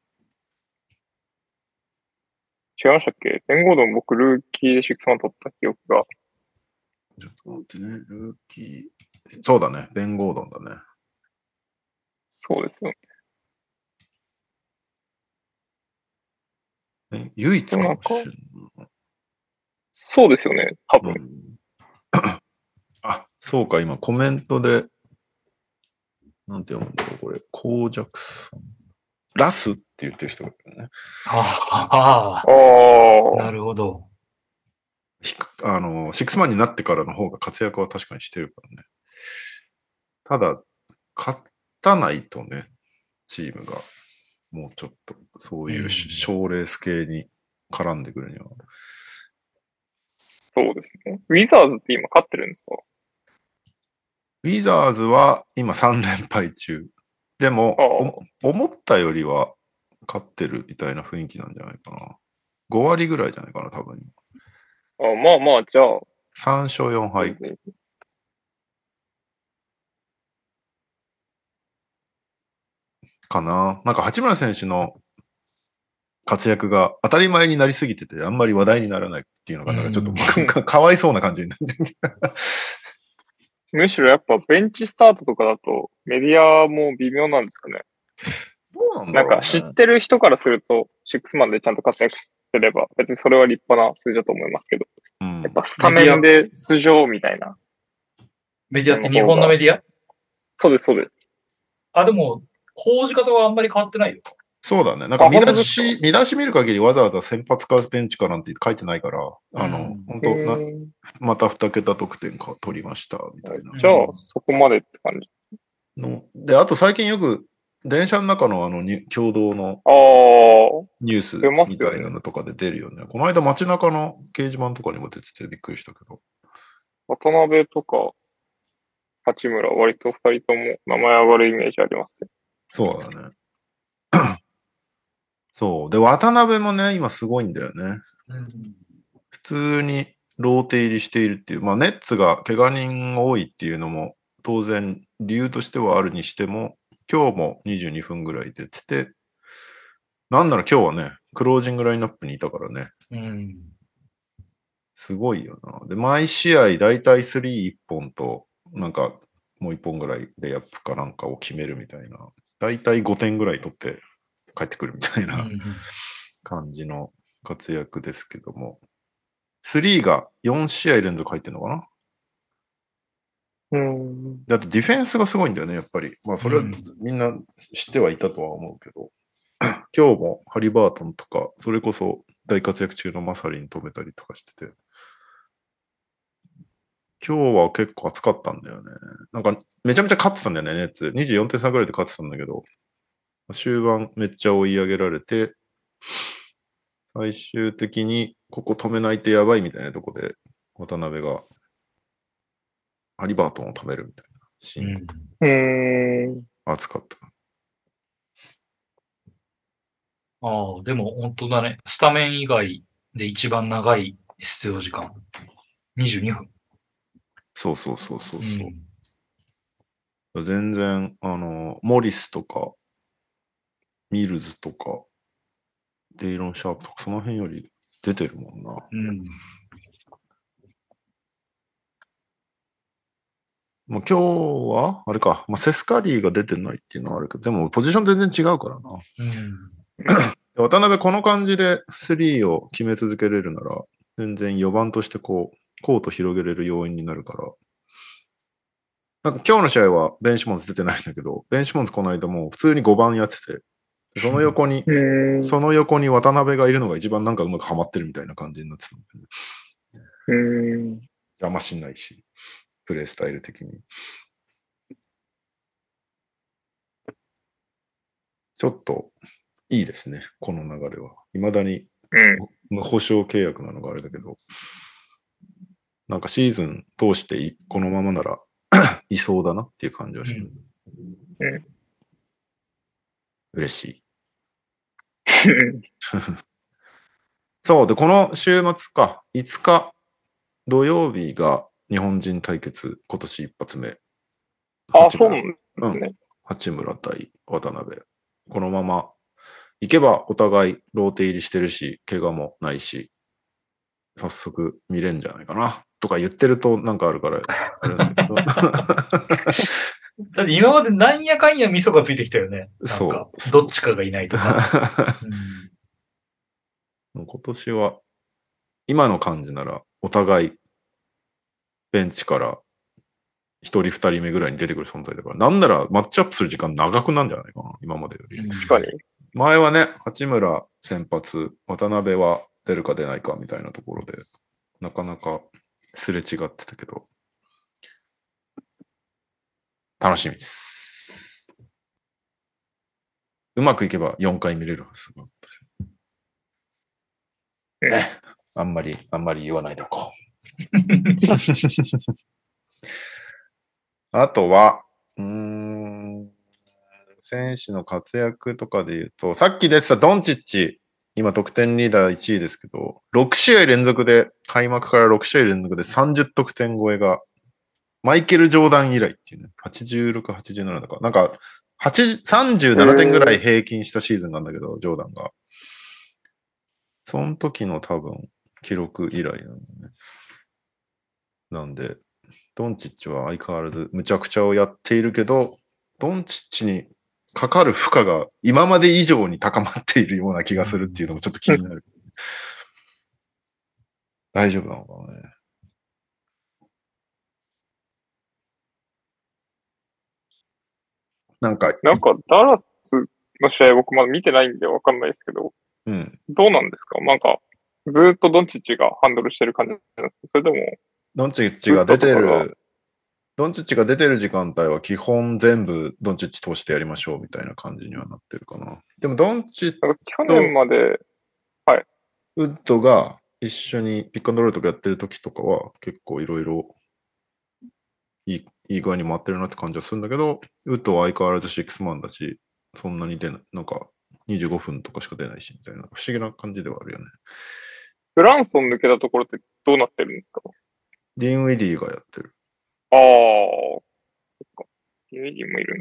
違いましたっけ？ベン・ゴードン僕、ルーキーでシックスマン取った記憶が。 ちょっと待ってね、ルーキー。そうだね、ベン・ゴードンだね。 そうですよね。 え、唯一かもしれない。 そうですよね、多分。うん、 あ、そうか、今コメントで、なんて読むんだろう、これ。コージャクソン。ラスって言ってる人がいるね。 ああ、なるほど。 あの、シックスマンになってからの方が活躍は確かにしてるからね。ただ、勝たないとね、チームが、もうちょっと、そういう賞レース系に絡んでくるには。 そうですね。ウィザーズって今勝ってるんですか？ ウィザーズは今さん連敗中。でも、思ったよりは勝ってるみたいな雰囲気なんじゃないかな。ご割ぐらいじゃないかな、多分。 あまあまあ、じゃあ。 さん勝よん敗。かな。なんか八村選手の活躍が当たり前になりすぎてて、あんまり話題にならないっていうのが、なんかちょっとか, かわいそうな感じになってる。 むしろやっぱベンチスタートとかだとメディアも微妙なんですかね。 どうなんだろうね。 なんか知ってる人からすると、シックスマンでちゃんと活躍すれば、別にそれは立派な数字だと思いますけど、うん、やっぱスタメンで出場みたいな。 メディアって日本のメディア？ そうです、そうです。 あ、でも、報じ方はあんまり変わってないよ。 そうだね。なんか見出し、見出し見る限りわざわざ先発かベンチかなんて書いてないから、あの、本当な、またに桁得点か取りました、みたいな。 じゃあ、そこまでって感じ。 ので、あと最近よく、電車の中のあのに共同のニュースみたいなのとかで出るよね。この間街中の掲示板とかにも出ててびっくりしたけど。 渡辺とか八村、割と二人とも名前上がるイメージありますね。 そうだね。そう。で、渡辺もね、今すごいんだよね。うん、普通にローテ入りしているっていう。まあ、ネッツが怪我人多いっていうのも当然理由としてはあるにしても、今日もにじゅうにふんぐらい出てて、なんなら今日はね、クロージングラインナップにいたからね。うん、すごいよな。で、毎試合だいたいスリーいっぽんと、なんかもういっぽんぐらいレイアップかなんかを決めるみたいな。だいたいごてんぐらい取って帰ってくるみたいな感じの活躍ですけども。スリーがよん試合連続入ってんのかな？うん。だってディフェンスがすごいんだよね、やっぱり。まあそれはみんな知ってはいたとは思うけど。今日もハリバートンとか、それこそ大活躍中のマサリン止めたりとかしてて。今日は結構暑かったんだよね。なんかめちゃめちゃ勝ってたんだよね、ネッツ。にじゅうよんてん差ぐらいで勝ってたんだけど、終盤めっちゃ追い上げられて、最終的にここ止めないとやばいみたいなとこで渡辺がハリバートンを止めるみたいなシーン。うん。熱かった。 ああ、でも本当だね。スタメン以外で一番長い出場時間。にじゅうにふん。 そうそうそうそうそう、うん。全然、あの、モリスとか、ミルズとか、デイロン・シャープとか、その辺より出てるもんな。うん。 もう今日は、あれか、まあ、セスカリーが出てないっていうのはあるけど、でもポジション全然違うからな。うん、渡辺この感じでスリーを決め続けれるなら、全然よばんとしてこう、コート広げれる要因になるから。なんか今日の試合はベンシモンズ出てないんだけど、ベンシモンズこの間もう普通にごばんやってて、その横に、その横に渡辺がいるのが一番なんかうまくはまってるみたいな感じになってたんで、ね。 うん。 邪魔しないし、プレースタイル的に。ちょっといいですね、この流れは。未だに無保証契約なのがあれだけど、なんかシーズン通してこのままならいそうだなっていう感じはします。うんうん、嬉しい。そう、で、この週末か、いつか土曜日が日本人対決、今年一発目。 あ、そうなんですね、うん。 八村対渡辺。このまま行けばお互いローテ入りしてるし、怪我もないし、早速見れんじゃないかな。とか言ってるとなんかあるから。あれだけどだって今までなんやかんや味噌がついてきたよね。なんかそう。どっちかがいないとか。 うん、今年は、今の感じなら、お互い、ベンチから一人二人目ぐらいに出てくる存在だから、なんならマッチアップする時間長くなんじゃないかな、今までより。 確かに。 前はね、八村先発、渡辺は出るか出ないかみたいなところで、なかなかすれ違ってたけど、楽しみです。うまくいけばよんかい見れるはずだ。ね、あんまり、あんまり言わないでおこう。あとは、うーん、選手の活躍とかで言うと、さっき出てたドンチッチ、今得点リーダーいちいですけど、ろくしあい連続で、開幕からろくしあい連続でさんじゅう得点超えが、マイケル・ジョーダン以来っていうね、はちじゅうろく、はちじゅうななだか、なんか、さんじゅうななてんぐらい平均したシーズンなんだけど、ジョーダンが。その時の多分、記録以来なんだね。なんで、ドンチッチは相変わらずむちゃくちゃをやっているけど、ドンチッチにかかる負荷が今まで以上に高まっているような気がするっていうのもちょっと気になる。大丈夫なのかなね。なんか、 なんかダラスの試合僕まだ見てないんでわかんないですけど、 うん、 どうなんですか？なんか、ずっとドンチッチがハンドルしてる感じなんですか？それとも、 ドンチッチが出てる、ドンチッチが出てる時間帯は基本全部ドンチッチ通してやりましょうみたいな感じにはなってるかな。でもドンチッチと去年まで、はい。 ウッドが一緒にピックアンドロールとかやってる時とかは結構いろいろいいいい具合に回ってるなって感じはするんだけど、ウッドは相変わらずシックスマンだし、そんなに出ない、なんかにじゅうごふんとかしか出ないしみたいな不思議な感じではあるよね。 ブランソン抜けたところってどうなってるんですか？ ディーン・ウィディがやってる。 ああ、そっか。ディーン・ウィディもいる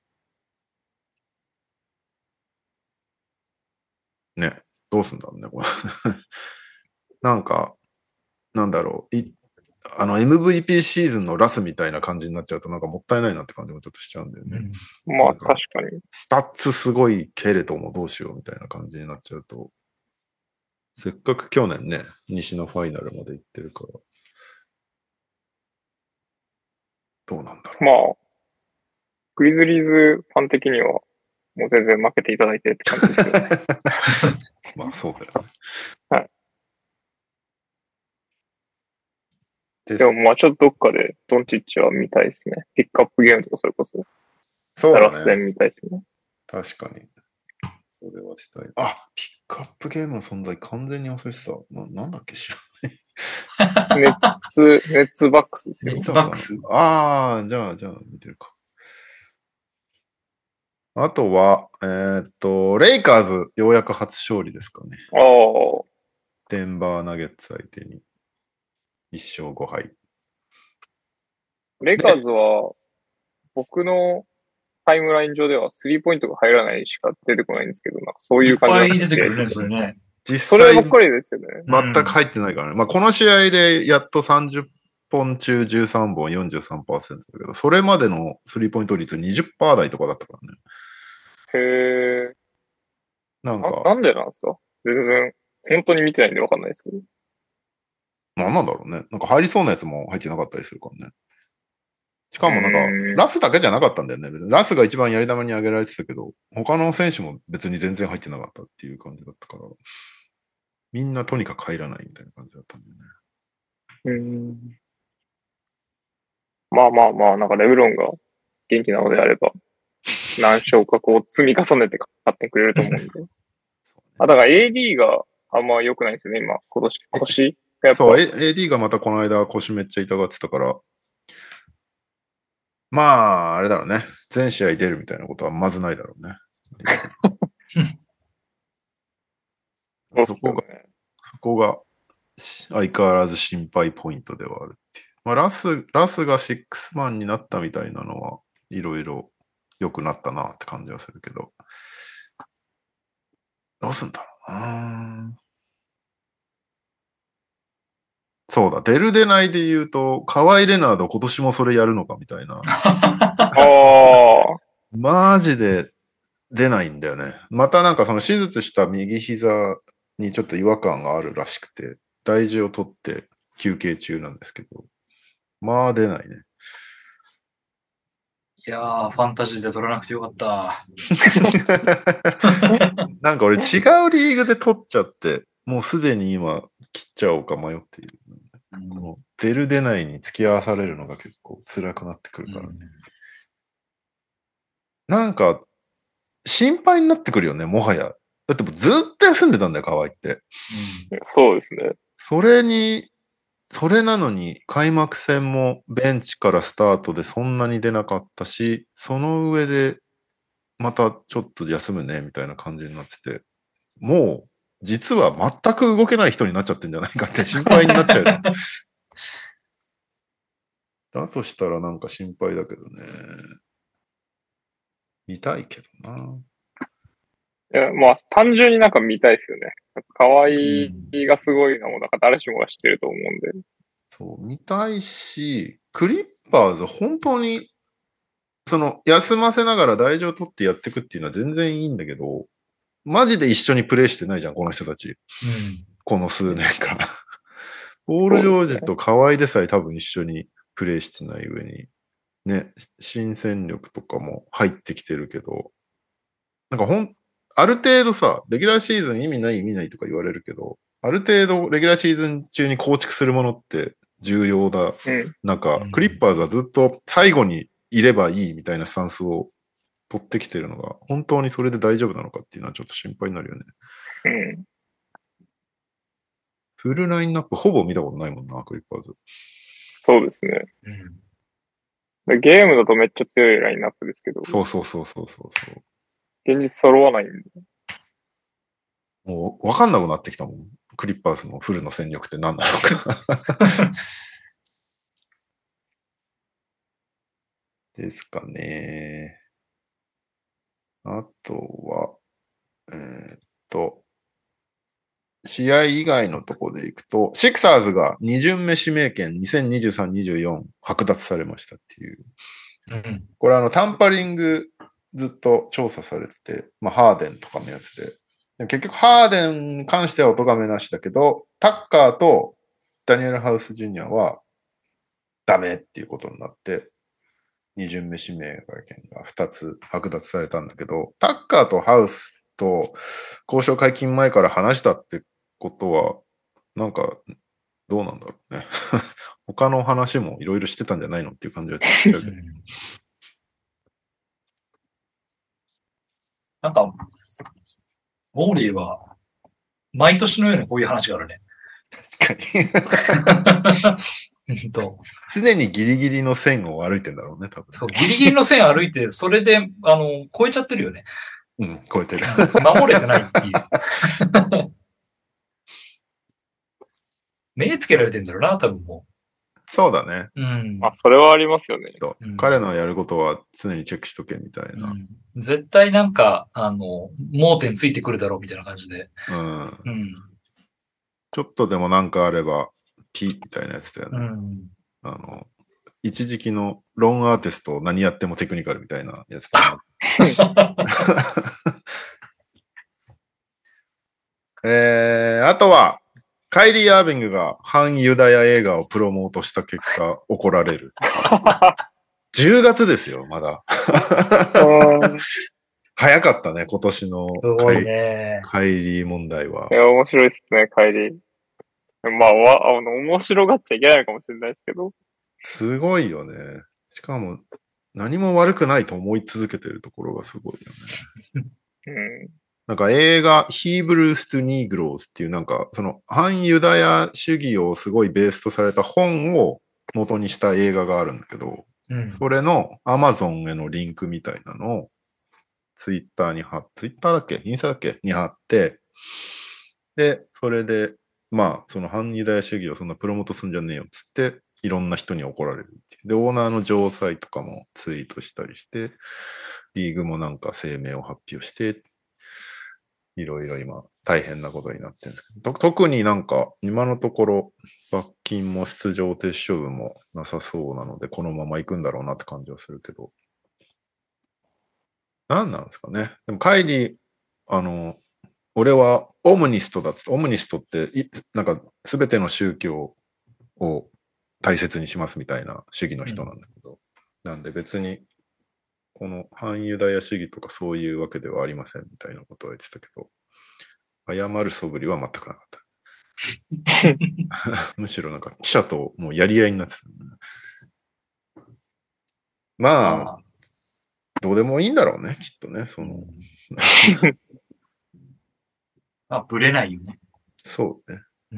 ね。ね、どうすんだろうね、これ。なんか、なんだろう。いあの エムブイピー シーズンのラスみたいな感じになっちゃうとなんかもったいないなって感じもちょっとしちゃうんだよね。 うん、まあ確かに。 スタッツすごいけれどもどうしようみたいな感じになっちゃうと、せっかく去年ね、西のファイナルまで行ってるから、どうなんだろう。 まあ、グリズリーズファン的にはもう全然負けていただいてって感じですけどね。 まあそうだよね。 はい。でもまあちょっとどっかでドンチッチは見たいですね。ピックアップゲームとかそれこそ。 そうだね。 ダラス戦見たいですね。 確かに。それはしたい。あ、ピックアップゲームの存在完全に忘れてた。な、なんだっけ知らない。ネッツ、ネッツバックスですよ。 ネッツバックス。 ああ、じゃあ、じゃあ見てるか。あとは、えー、っと、レイカーズ、ようやく初勝利ですかね。 ああ。 デンバーナゲッツ相手にいっしょうごはい。 レイカーズは、僕のタイムライン上ではスリーポイントが入らないしか出てこないんですけど、なんかそういう感じいっぱい出てくるね、それね。 実際、 そればっかりですよね。 全く入ってないからね。うん、まあ、この試合でやっとさんじゅっぽん中じゅうさんぼん よんじゅうさんパーセント だけど、それまでのスリーポイント率 にじゅっパーセント 台とかだったからね。 へえ。 なんか。 な、なんでなんですか？全然、本当に見てないんでわかんないですけど。 なんなんだろうね。なんか入りそうなやつも入ってなかったりするからね。しかもなんか、ラスだけじゃなかったんだよね。別にラスが一番やり玉に挙げられてたけど、他の選手も別に全然入ってなかったっていう感じだったから、みんなとにかく入らないみたいな感じだったんだよね。 うん。まあまあまあ、なんかレブロンが元気なのであれば、何勝かこう積み重ねて勝ってくれると思うんで。あ、だから エーディー があんま良くないんですよね、今、今年。腰やっぱそう、エーディー がまたこの間腰めっちゃ痛がってたから、まあ、あれだろうね。全試合出るみたいなことはまずないだろうね。そこが、そこが相変わらず心配ポイントではあるっていう。まあ、ラス、ラスがシックスマンになったみたいなのはいろいろ良くなったなって感じはするけど。どうすんだろうな。そうだ、出る出ないで言うと、カワイ・レナード今年もそれやるのかみたいな。マジで出ないんだよね。またなんかその手術した右膝にちょっと違和感があるらしくて、大事を取って休憩中なんですけど、まあ出ないね。 いやー、ファンタジーで取らなくてよかった。 なんか俺違うリーグで取っちゃって、もうすでに今切っちゃおうか迷っている。うん、この出る出ないに付き合わされるのが結構辛くなってくるからね。うん、なんか心配になってくるよね、もはや。だってもうずっと休んでたんだよ、河合って。うん、 そうですね。 それに、それなのに開幕戦もベンチからスタートでそんなに出なかったし、その上でまたちょっと休むね、みたいな感じになってて、もう実は全く動けない人になっちゃってんじゃないかって心配になっちゃう。だとしたらなんか心配だけどね。見たいけどな。 いや、まあ、単純になんか見たいですよね。可愛いがすごいのも、なんか誰しもが知ってると思うんで。 そう、見たいし、クリッパーズ本当に、その、休ませながら大事を取ってやっていくっていうのは全然いいんだけど、マジで一緒にプレイしてないじゃん、この人たち。うん、この数年間。ポール・ジョージと河合でさえ多分一緒にプレイしてない上に、ね、新戦力とかも入ってきてるけど、なんかほん、ある程度さ、レギュラーシーズン意味ない意味ないとか言われるけど、ある程度レギュラーシーズン中に構築するものって重要だ。うん、なんか、クリッパーズはずっと最後にいればいいみたいなスタンスを取ってきてるのが、本当にそれで大丈夫なのかっていうのはちょっと心配になるよね。うん、フルラインナップほぼ見たことないもんな、クリッパーズ。 そうですね。うん、ゲームだとめっちゃ強いラインナップですけど。 そうそうそうそうそうそう。 現実揃わないんで。 もう分かんなくなってきたもん。クリッパーズのフルの戦力って何なのか。ですかね。あとは、えー、っと、試合以外のところでいくと、シクサーズがに巡目指名権にせんにじゅうさん、にじゅうよん剥奪されましたっていう。うん、これあの、タンパリングずっと調査されてて、まあ、ハーデンとかのやつで。結局、ハーデンに関してはお咎めなしだけど、タッカーとダニエル・ハウス・ジュニアはダメっていうことになって、に巡目指名権がふたつ剥奪されたんだけど、タッカーとハウスと交渉解禁前から話したってことは、なんか、どうなんだろうね。他の話もいろいろしてたんじゃないのっていう感じはしちゃうけど。 なんか、ウォーリーは、毎年のようにこういう話があるね。 確かに。常にギリギリの線を歩いてんだろうね、多分。 そう、ギリギリの線歩いて、それで、あの、超えちゃってるよね。 うん、超えてる。 守れてないっていう。目つけられてんだろうな、多分もう。 そうだね。 うん。あ、それはありますよね。 うん、彼のやることは常にチェックしとけみたいな。うん、 絶対なんか、あの、盲点ついてくるだろうみたいな感じで。うん。うん、 ちょっとでもなんかあれば、ピーみたいなやつだよね。うん、 あの、一時期のロンアーティスト何やってもテクニカルみたいなやつだな。えー、あとは、カイリー・アービングが反ユダヤ映画をプロモートした結果、怒られる。じゅうがつですよ、まだ。早かったね、今年のカイ、ね、カイリー問題は。 いや、面白いですね、カイリー。まあ、わあの面白がっちゃいけないかもしれないですけど。 すごいよね。しかも、何も悪くないと思い続けてるところがすごいよね。うん、なんか映画、Hebrews to Negroes っていうなんか、その反ユダヤ主義をすごいベースとされた本を元にした映画があるんだけど、うん、それの Amazon へのリンクみたいなのをツイッターに貼っ、ツイッターだっけインスタだっけに貼って、で、それで、まあ、その反ユダヤ主義をそんなプロモートするんじゃねえよっつって、いろんな人に怒られるっていう。で、オーナーの城西とかもツイートしたりして、リーグもなんか声明を発表して、いろいろ今大変なことになってるんですけど、特になんか今のところ罰金も出場停止処分もなさそうなので、このまま行くんだろうなって感じはするけど。何なんですかね。でもカイリー、あの、俺はオムニストだって、オムニストって、なんか全ての宗教を大切にしますみたいな主義の人なんだけど、うん、なんで別にこの反ユダヤ主義とかそういうわけではありませんみたいなことは言ってたけど、謝る素振りは全くなかった。むしろなんか記者ともうやり合いになってた、ね。まあ、どうでもいいんだろうね、きっとね、その。 あ、ぶれないよね。 そうね。うん、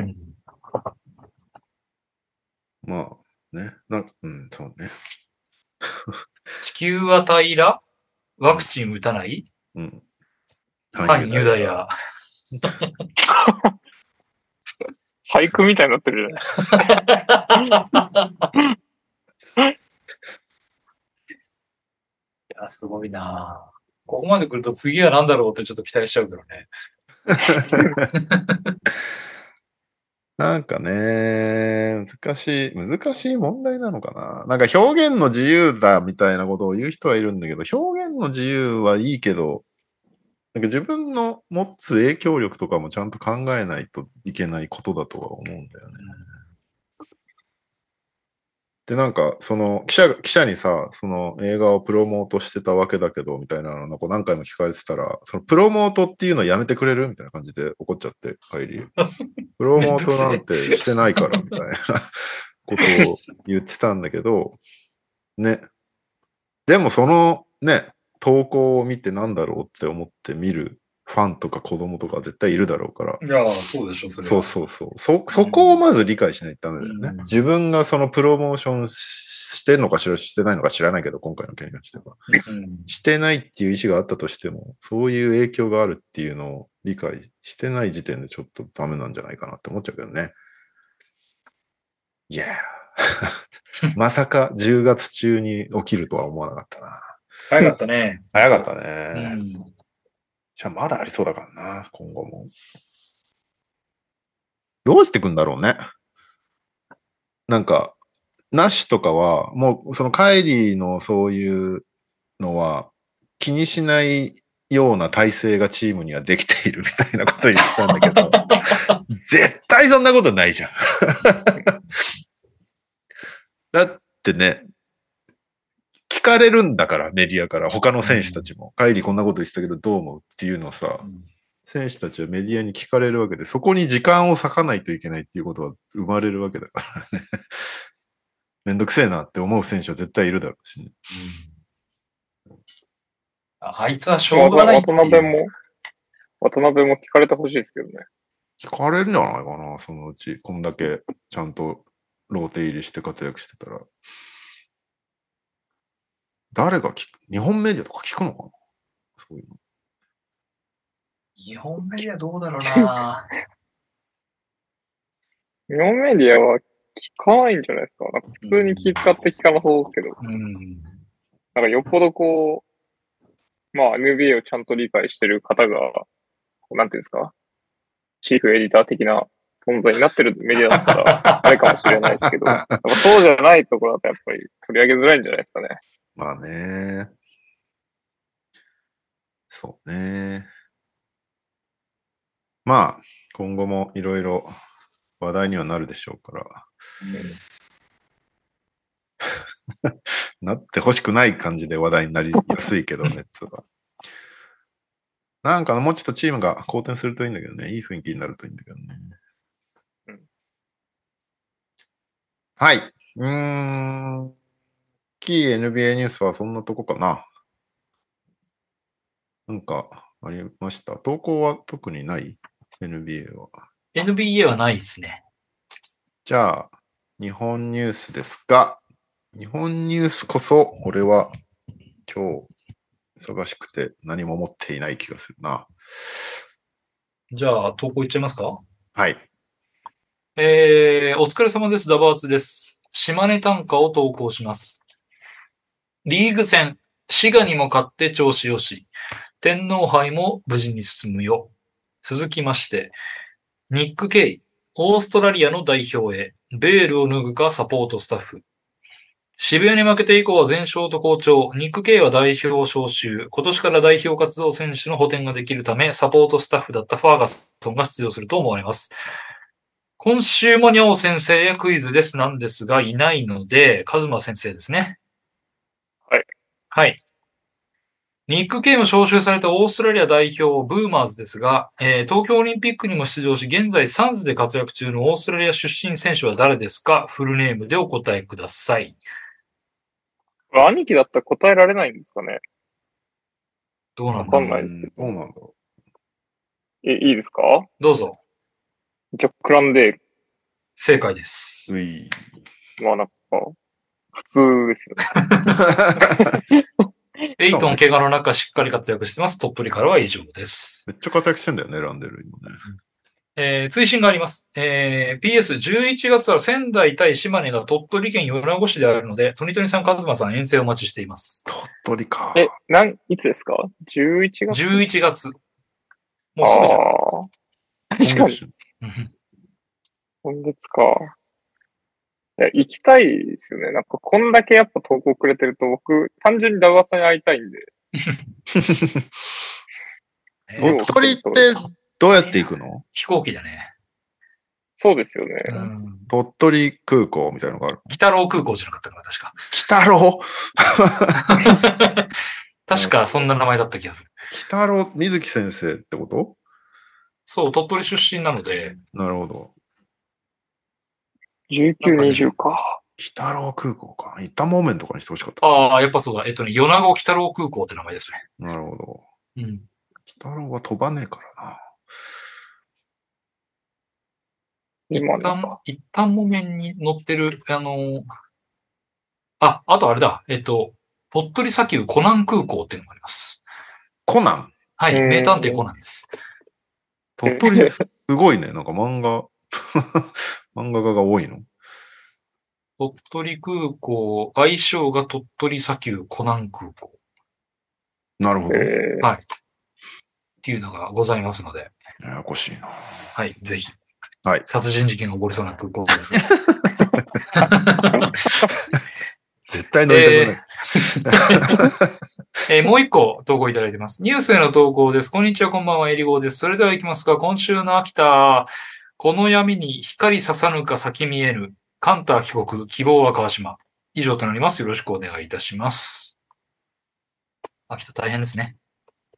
まあ、ね、なんか、うん、そうね。 地球は平ら？ワクチン打たない？うん。反ユダヤ。 俳句みたいになってるじゃない。 いや、すごいなぁ。ここまで来ると次は何だろうってちょっと期待しちゃうけどね。 なんかね、難しい、難しい問題なのかな。なんか表現の自由だみたいなことを言う人はいるんだけど、表現の自由はいいけど、なんか自分の持つ影響力とかもちゃんと考えないといけないことだとは思うんだよね。で、なんか、その、記者、記者にさ、その映画をプロモートしてたわけだけど、みたいなのを何回も聞かれてたら、そのプロモートっていうのやめてくれるみたいな感じで怒っちゃって、帰り。プロモートなんてしてないから、みたいなことを言ってたんだけど、ね。でもそのね、投稿を見てなんだろうって思って見るファンとか子供とか絶対いるだろうから。 いや、そうでしょ、それは。そうそうそう。そ、そこをまず理解しないとダメだよね。うん、自分がそのプロモーションしてるのかしらしてないのか知らないけど、今回の件に関しては。うん、してないっていう意思があったとしても、そういう影響があるっていうのを理解してない時点でちょっとダメなんじゃないかなって思っちゃうけどね。いやー。まさかじゅうがつ中に起きるとは思わなかったな。 早かったね。 早かったね。うん、じゃあまだありそうだからな、今後も。どうしてくんだろうね。なんか、ナッシュとかは、もうそのカイリーのそういうのは気にしないような体制がチームにはできているみたいなことを言ってたんだけど、絶対そんなことないじゃん。だってね、聞かれるんだから、メディアから、他の選手たちも、うん、カイリーこんなこと言ってたけどどう思うっていうのをさ、うん、選手たちはメディアに聞かれるわけで、そこに時間を割かないといけないっていうことは生まれるわけだからね。めんどくせえなって思う選手は絶対いるだろうしね。 うん、あ, あいつはしょうがないっていう。 渡辺も、渡辺も聞かれてほしいですけどね。 聞かれるんじゃないかな、そのうち。こんだけちゃんとローテ入りして活躍してたら。誰が聞く？日本メディアとか聞くのかな？そういうの。 日本メディアどうだろうな日本メディアは聞かないんじゃないですか。なんか普通に気使って聞かなそうですけど。うん、なんかよっぽどこう、まあ エヌビーエー をちゃんと理解してる方が、なんていうんですか、チーフエディター的な存在になってるメディアだったら、あれかもしれないですけど、やっぱそうじゃないところだとやっぱり取り上げづらいんじゃないですかね。 まあね。そうね。まあ、今後もいろいろ話題にはなるでしょうから。うん、なってほしくない感じで話題になりやすいけど、ネッツが。なんかもうちょっとチームが好転するといいんだけどね。いい雰囲気になるといいんだけどね。うん、はい。うーん。キー エヌビーエー ニュースはそんなとこかな。なんかありました。投稿は特にない ?エヌビーエー は。 エヌビーエー はないですね。 じゃあ、日本ニュースですが、日本ニュースこそ、俺は今日忙しくて何も持っていない気がするな。 じゃあ、投稿いっちゃいますか？ はい。 えー、お疲れ様です。ダバーツです。島根短歌を投稿します。リーグ戦、滋賀にも勝って調子よし。天皇杯も無事に進むよ。続きまして、ニック・ケイ、オーストラリアの代表へ、ベールを脱ぐかサポートスタッフ。渋谷に負けて以降は全勝と好調。ニック・ケイは代表招集。今年から代表活動選手の補填ができるため、サポートスタッフだったファーガソンが出場すると思われます。今週もニャオ先生やクイズですなんですが、いないので、カズマ先生ですね。 はい。 はい。ニック・ケイも招集されたオーストラリア代表、ブーマーズですが、えー、東京オリンピックにも出場し、現在サンズで活躍中のオーストラリア出身選手は誰ですか？フルネームでお答えください。 兄貴だったら答えられないんですかね？ どうなんだろう。わかんないですけど。 どうなんだろう。え、いいですか？ どうぞ。 ジョックランデール。 正解です。 うい。 まあなんか、普通ですよね。 エイトン怪我の中しっかり活躍してます。鳥取からは以上です。 めっちゃ活躍してんだよね、ランデル今ね。 えー、追伸があります。えー、ピーエスじゅういちがつは仙台対島根が鳥取県米子市であるので、トニトニさん、カズマさん遠征お待ちしています。 鳥取か。 え、なん、いつですか？ じゅういち 月じゅういちがつ。もうすぐじゃん。 ああ。確かに。今月か。いや、行きたいですよね。なんか、こんだけやっぱ投稿くれてると、僕、単純にダバさんに会いたいんで。 鳥取ってどうやって行くの？ 飛行機だね。 そうですよね。 うん、 鳥取空港みたいなのがある。 北郎空港じゃなかったかな、確か。 北郎確かそんな名前だった気がする。 北郎、水木先生ってこと？ そう、鳥取出身なので。 なるほど。 じゅうきゅう、にじゅうか。 北郎空港か。一旦モーメンとかにしてほしかった。 ああ、やっぱそうだ。えっとね、米子北郎空港って名前ですね。 なるほど。 うん。 北郎は飛ばねえからな。 一旦、一旦木綿に乗ってる、あのー、あ、あとあれだ。えっと、鳥取砂丘コナン空港っていうのがあります。 コナン？ はい、名探偵コナンです。 鳥取すごいね。なんか漫画、漫画家が多いの？ 鳥取空港、愛称が鳥取砂丘コナン空港。 なるほど。 はい。っていうのがございますので。 ややこしいな。 はい、ぜひ。 はい。 殺人事件が起こりそうな空港ですけど。 絶対乗りたくない。 えーえー、もう一個投稿いただいてます。ニュースへの投稿です。こんにちは、こんばんは、エリゴーです。それでは行きますが、今週の秋田、この闇に光ささぬか先見えぬ、カンタ帰国、希望は川島。以上となります。よろしくお願いいたします。秋田大変ですね。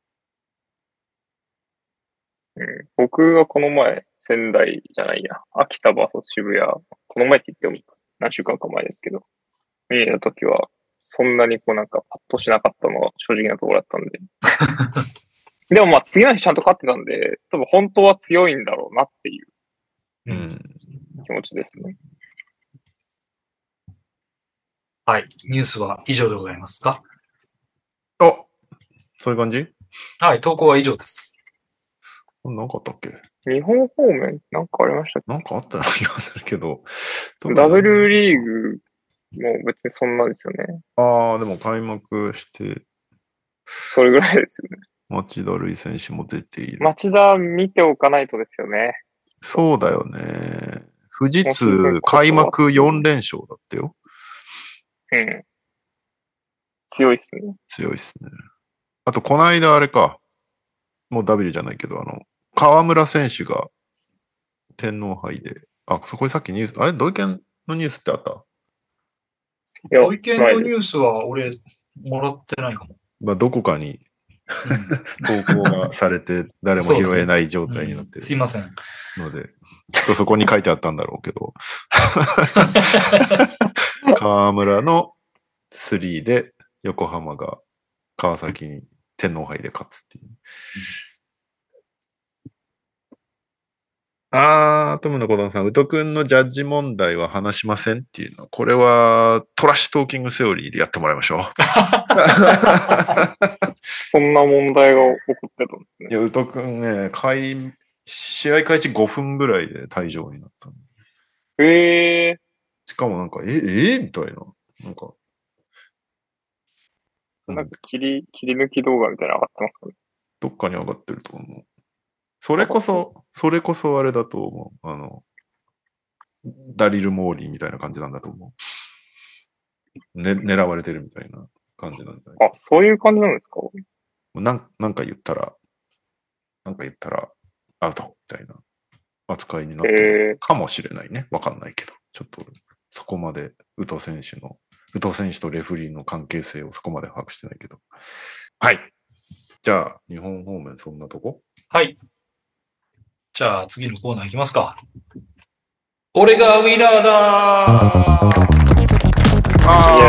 うん、僕はこの前、仙台じゃないや、秋田 ブイエス 渋谷、この前って言っても何週間か前ですけど、見えた時は、そんなにこうなんかパッとしなかったのが正直なところだったんで。でもまあ次の日ちゃんと勝ってたんで、多分本当は強いんだろうなっていう気持ちですね。 うん、はい。ニュースは以上でございますか？ あ、そういう感じ？ はい、投稿は以上です。 なんかあったっけ？ 日本方面なんかありましたっけ？ なんかあったような気がするけど。 ダブリュー リーグもう別にそんなですよね。 ああ、でも開幕して。 それぐらいですよね。 町田瑠唯選手も出ている。 町田見ておかないとですよね。 そうだよね。富士通開幕よん連勝だってよ。 うん。強いっすね。 強いっすね。あと、この間あれか。もう W じゃないけど、あの、河村選手が天皇杯で、あ、これさっきニュース、あれ同意見のニュースってあった？ 同意見のニュースは俺、もらってないかも。 まあ、どこかに、うん、投稿がされて、誰も拾えない状態になってる、 うん。すいません。 ので、きっとそこに書いてあったんだろうけど、河村のスリーで横浜が川崎に天皇杯で勝つっていう。あー、トムの子供さん、宇都くんのジャッジ問題は話しませんっていうのは、これはトラッシュトーキングセオリーでやってもらいましょう。 そんな問題が起こってたんですね。 いや、宇都くんね、開試合開始ごふんぐらいで退場になった。 へえー。 しかもなんか、え、えー、みたいな。なんか、 なんか切り、切り抜き動画みたいなの上がってますかね。 どっかに上がってると思う。それこそ、それこそあれだと思う。あの、ダリル・モーリーみたいな感じなんだと思う。ね、狙われてるみたいな感じなんじゃない？ あ、そういう感じなんですか？ なん、なんか言ったら、なんか言ったら、アウトみたいな扱いになってるかもしれないね。わかんないけど。ちょっと、そこまで、宇都選手の、宇都選手とレフリーの関係性をそこまで把握してないけど。はい。じゃあ、日本方面そんなとこ？ はい。じゃあ、次のコーナーいきますか。これがウィナーだー。 あ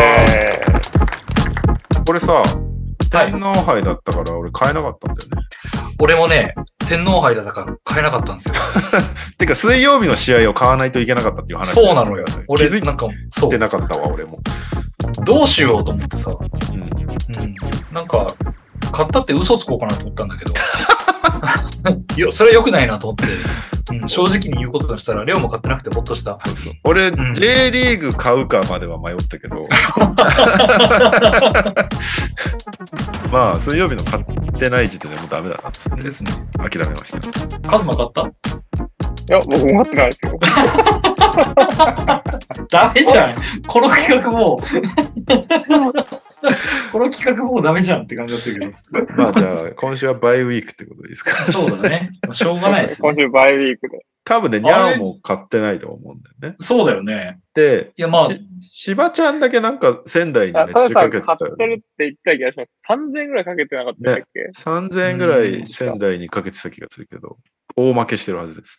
ー。これさ、天皇杯だったから俺買えなかったんだよね。 俺もね、天皇杯だったから買えなかったんですよ。 てか、水曜日の試合を買わないといけなかったっていう話。 そうなのよ。俺、 気づいなんか、そう。 てなかったわ、俺も。 どうしようと思ってさ。 うん。 うん。なんか、買ったって嘘つこうかなと思ったんだけど。いや、それは良くないなと思って。うん、正直に言うこととしたら、レオも買ってなくてほっとした。 そうそう。俺、うん、J リーグ買うかまでは迷ったけど。まあ、水曜日の買ってない時点でもうダメだなっつって。 ですね。 諦めました。 カズマ買った？いや、僕も買ってないですよ。 ダメじゃん。この企画もう。この企画もうダメじゃんって感じだったけど。 まあじゃあ、今週はバイウィークってことですか？ そうだね。しょうがないですね。今週バイウィークで。 多分ね、ニャオも買ってないと思うんだよね。 そうだよね。 で、 いやまあ、 しばちゃんだけなんか仙台にめっちゃかけてたよ、ね。 買ってるって言った気がします。さんぜんえんぐらいかけてなかったっけ、ね、 さんぜんえんぐらい仙台にかけてた気がするけど、大負けしてるはずです。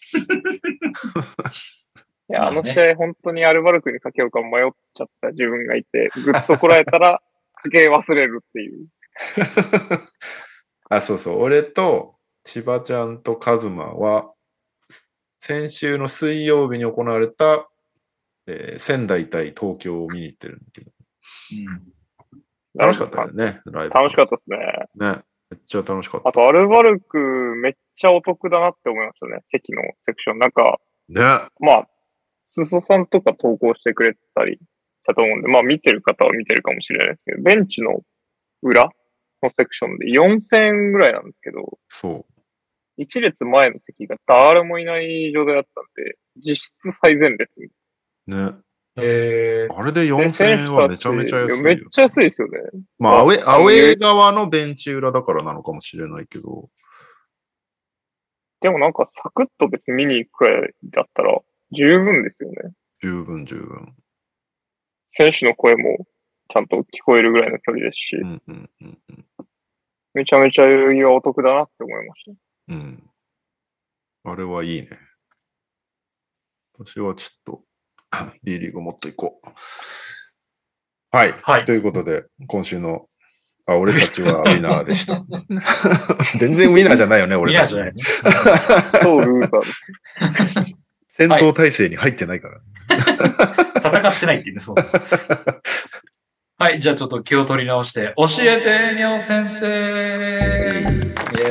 いや、あの試合本当にアルバルクにかけようか迷っちゃった自分がいて、ぐっとこらえたらかけ忘れるっていう。 あ、そうそう。俺と千葉ちゃんとカズマは、先週の水曜日に行われた、えー、仙台対東京を見に行ってるんだけど。うん、楽しかったよね、 ライブ。楽しかったですね。 ね。めっちゃ楽しかった。 あと、アルバルクめっちゃお得だなって思いましたね。席のセクション。なんか、 ね。 まあ、すそさんとか投稿してくれたりしたと思うんで、まあ見てる方は見てるかもしれないですけど、ベンチの裏のセクションでよんせんえんぐらいなんですけど、 そう。 一列前の席が誰もいない状態だったんで、実質最前列。 ね。 えー、あれでよんせんえんはめちゃめちゃ安いよ。 めっちゃ安いですよね。 まあ、アウェー、アウェー側のベンチ裏だからなのかもしれないけど。 でもなんかサクッと別に見に行くくらいだったら十分ですよね。 十分十分。 選手の声もちゃんと聞こえるぐらいの距離ですし、 うんうんうんうん、 めちゃめちゃ余裕はお得だなって思いました。 うん。あれはいいね。私はちょっと B リーグもっと行こう。はい。はい、ということで、今週の、あ、俺たちはウィナーでした。全然ウィナーじゃないよね、俺たちね。 そうルーザー。戦闘態勢に入ってないから。 戦ってないっていうね、そう。はい、じゃあちょっと気を取り直して、教えて、にょう先生。イェーイ。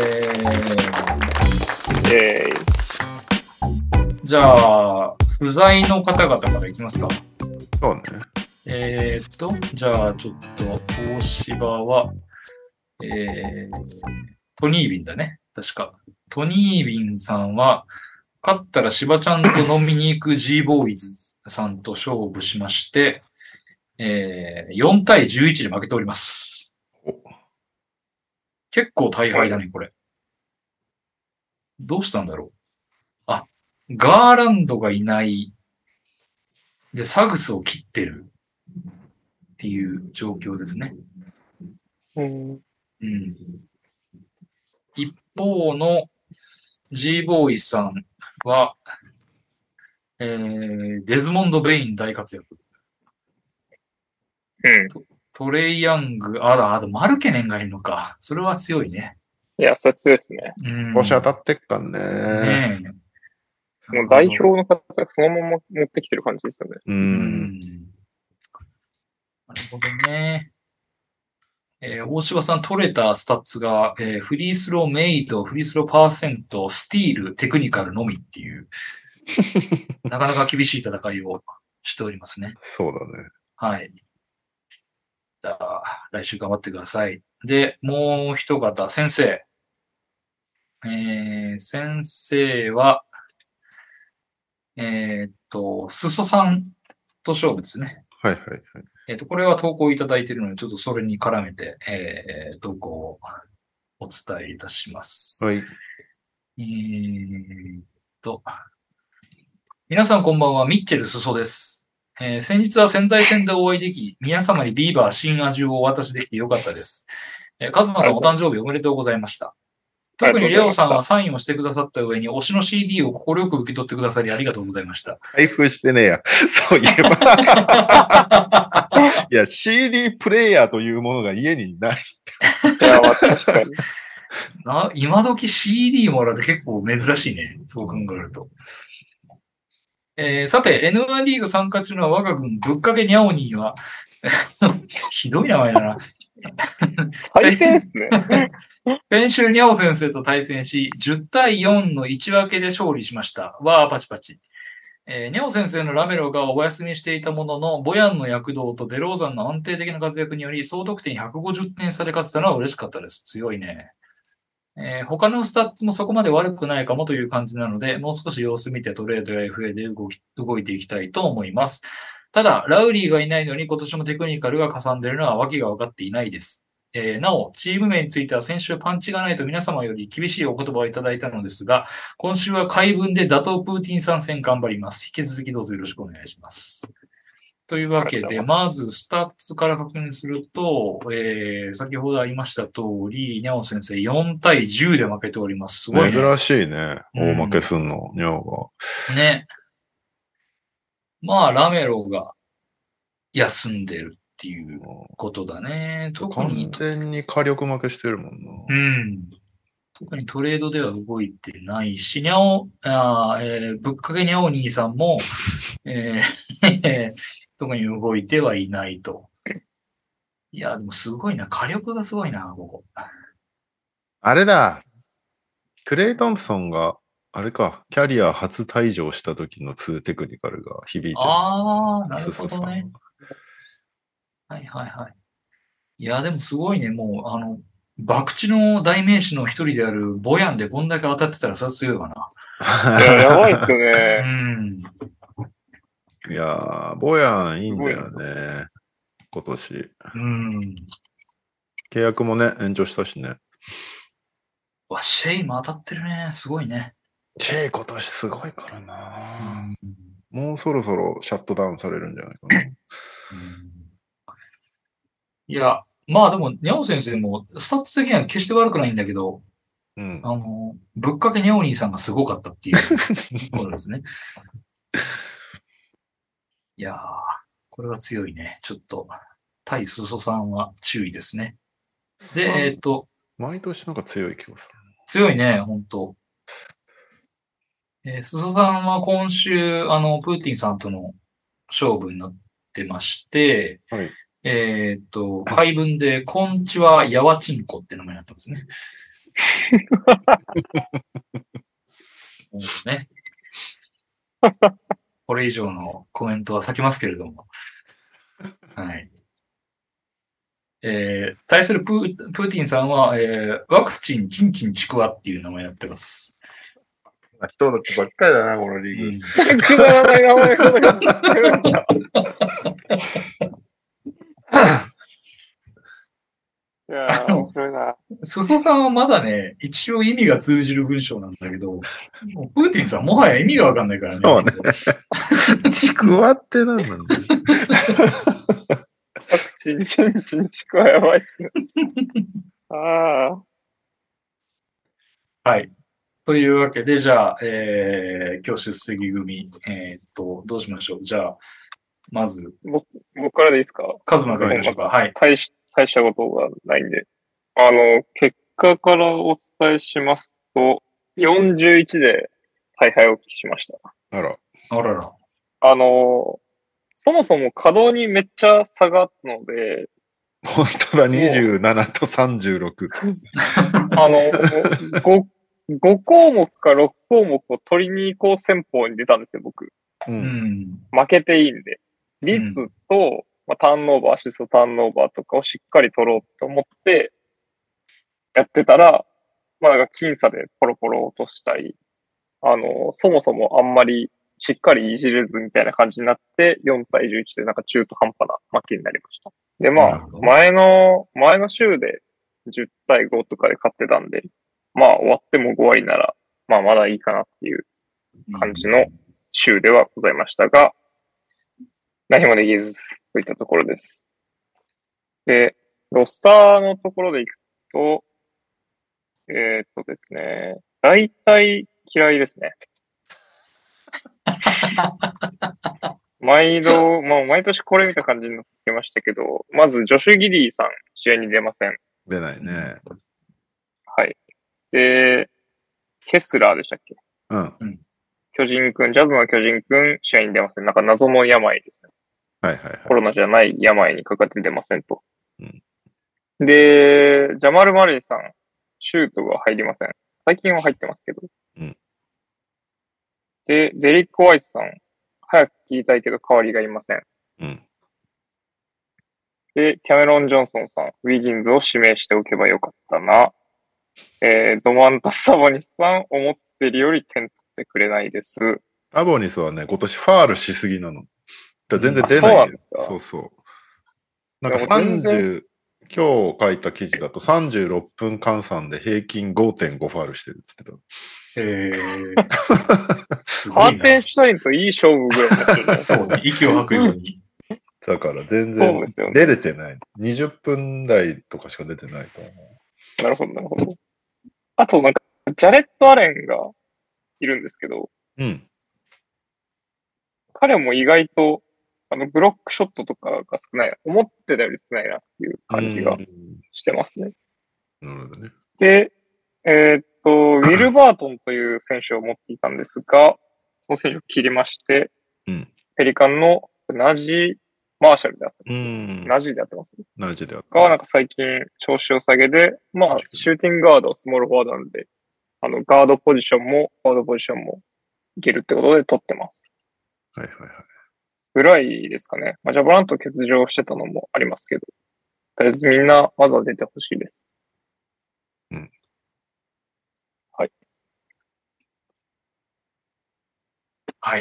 イェーイ。 じゃあ、不在の方々からいきますか。 そうね。 えーっと、じゃあちょっと、大芝は、えー、トニービンだね。確か。トニービンさんは、 勝ったら芝ちゃんと飲みに行く G ボーイズさんと勝負しまして、えー、よん対じゅういちで負けております。結構大敗だね、これ。どうしたんだろう。あ、ガーランドがいない。で、サグスを切ってる。っていう状況ですね。 うん。 うん。一方の G ボーイさんは、えー、デズモンド・ベイン大活躍。 うん。 ト, トレイヤング、あ、あとマルケネンがいるのか。それは強いね。 いや、それ強いですね。 うん。 星当たってっかんね。 ねえ。もう代表の方がそのまま持ってきてる感じですよね。 うん。うんなるほどね。えー、大柴さん取れたスタッツが、えー、フリースローメイド、フリースローパーセント、スティール、テクニカルのみっていう、なかなか厳しい戦いをしておりますね。 そうだね。 はい。じゃあ、来週頑張ってください。で、もう一方、先生。えー、先生は、えー、っと、すそさんと勝負ですね。 はいはいはい。 えっと、これは投稿いただいているので、ちょっとそれに絡めて、えー、投稿をお伝えいたします。 はい。 えーっと、皆さんこんばんは、ミッチェルスソです。えー、先日は仙台戦でお会いでき、皆様にビーバー新味をお渡しできてよかったです。えー、カズマさんお誕生日おめでとうございました。特にレオさんはサインをしてくださった上に、推しの シーディー を快く受け取ってくださりありがとうございました。 開封してねえや。そういえば。いや、シーディー プレイヤーというものが家にない。 いや、確かに。 な今時 シーディー もらうって結構珍しいね。そう考えると。えー、さて、エヌワン リーグ参加中の我が軍ぶっかけにゃおにーは、ひどい名前だな。 最低ですね。 先週にゃお先生と対戦し、じゅう対よんのいち分けで勝利しました。わーパチパチ。えー、にゃお先生のラメロがお休みしていたものの、ボヤンの躍動とデローザンの安定的な活躍により、総得点ひゃくごじゅってん差で勝てたのは嬉しかったです。強いね。えー、他のスタッツもそこまで悪くないかもという感じなので、もう少し様子見てトレードや エフエー で動き、動いていきたいと思います。ただ、ラウリーがいないのに今年もテクニカルがかさんでいるのは訳が分かっていないです。えー、なお、チーム名については先週パンチがないと皆様より厳しいお言葉をいただいたのですが、今週は回文で打倒プーティン参戦頑張ります。引き続きどうぞよろしくお願いします。というわけで、まずスタッツから確認すると、えー、先ほどありました通り、ニャオ先生よん対じゅうで負けております。すごいね。 珍しいね。大負けすんの、ニャオが。ね。まあ、ラメロが休んでるっていうことだね。特に。 完全に火力負けしてるもんな。 うん。特にトレードでは動いてないし、にゃお、あえー、ぶっかけにゃお兄さんも、えー、特に動いてはいないと。いや、でもすごいな。火力がすごいな、ここ。 あれだ。クレイ・トンプソンが、あれか、キャリア初退場した時のツーテクニカルが響いてる。 ああ、なるほどね。はいはいはい。いや、でもすごいね。もう、あの、博打の代名詞の一人であるボヤンでこんだけ当たってたらそれは強いかな。 いや、やばいっすよね。 うん。 いやー、ボヤンいいんだよね。今年。 うん。 契約もね、延長したしね。 わ、シェイも当たってるね。すごいね。 シェイ今年すごいからな、うん、もうそろそろシャットダウンされるんじゃないかな。うん、 いや、まあでも、ニャオ先生も、スタッツ的には決して悪くないんだけど、 うん、 あの、ぶっかけニャオ兄さんがすごかったっていうことですね。いやー、これは強いね。ちょっと、対スソさんは注意ですね。で、えっ、ー、と、 毎年なんか強い気がする。 強いね、本当えー、スソさんは今週、あの、プーティンさんとの勝負になってまして、 はい、 えっ、ー、と、回文で、こんちはやわちんこって名前になってますね。もうね。これ以上のコメントは避けますけれども。はい。えー、対するプー、プーティンさんは、えー、ワクチン、チンチンチクワっていう名前になってます。 人たちばっかりだな、このリーグ。 くだらない名前が出てるんだ。いやー、面白いな。 裾さんはまだね、一応意味が通じる文章なんだけど、プーティンさんもはや意味がわかんないからね。 そうね。ちくわって何なんだよ。 ちんちんちんちくわやばいっすね。ああ。 はい。というわけで、じゃあ、えー、今日出席組、えー、っと、どうしましょう。じゃあ、まず。 僕、僕からでいいですか？ カズマからいきましょうか。はい。 大し、大したことがないんで。あの、結果からお伝えしますと、よんじゅういちで大敗をしました。 あら。 あらら。 あの、そもそも稼働にめっちゃ差があったので、 本当だ、にじゅうななとさんじゅうろく。 あの、5、ご項目かろく項目を取りに行こう戦法に出たんですよ、僕。 うん、 負けていいんで。率と、うん、まあ、ターンオーバー、アシストターンオーバーとかをしっかり取ろうと思ってやってたら、まあ、なんか僅差でポロポロ落としたり、あの、そもそもあんまりしっかりいじれずみたいな感じになって、よんたいじゅういちでなんか中途半端な負けになりました。で、まあ、前の、前の週でじゅったいごとかで勝ってたんで、まあ終わってもごわりなら、まあまだいいかなっていう感じの週ではございましたが、何もできずといったところです。で、ロスターのところでいくと、えー、っとですね、大体嫌いですね。毎度、まあ毎年これ見た感じになってきましたけど、まずジョシュ・ギリーさん、試合に出ません。 出ないね。 はい。で、ケスラーでしたっけ？ うん。 巨人くん、ジャズの巨人くん、試合に出ません。なんか謎の病ですね。 はいはいはい。 コロナじゃない病にかかって出ませんと。 うん、 で、ジャマル・マレーさん、シュートが入りません。最近は入ってますけど。 うん、 で、デリック・ワイスさん、早く聞きたいけど代わりがいません。 うん、 で、キャメロン・ジョンソンさん、ウィギンズを指名しておけばよかったな。えー、ドマンタス・サボニスさん、思ってるより点取ってくれないです。 サボニスはね、今年ファールしすぎなの。全然出ない、ね。そうなんですか。 そうそう。なんかさんじゅう、今日書いた記事だとさんじゅうろっぷん換算で平均 ごてんご ファールしてるって言ってた。へー。ハーテンシュタインといい勝負ぐらいだったね。 そうね、息を吐くように。 だから全然出れてない。ね、にじゅっぷん台とかしか出てないと思う。 なるほど、なるほど。あとなんか、ジャレット・アレンがいるんですけど、 うん。 彼も意外と、あの、ブロックショットとかが少ない。思ってたより少ないなっていう感じがしてますね。 なるほどね。 で、えー、っと、ウィル・バートンという選手を持っていたんですが、その選手を切りまして、 うん、 ペリカンのナジ・マーシャルであったんです。 ナジであってます、ね、 ナジであった。 が、なんか最近調子を下げで、まあ、シューティングガード、スモールフォワードなんで、あの、ガードポジションも、フォワードポジションもいけるってことで取ってます。 はいはいはい。 ぐらいですかね。まあ、ジャバラント欠場してたのもありますけど、とりあえずみんなまずは出てほしいです。 うん。 はい。 はい。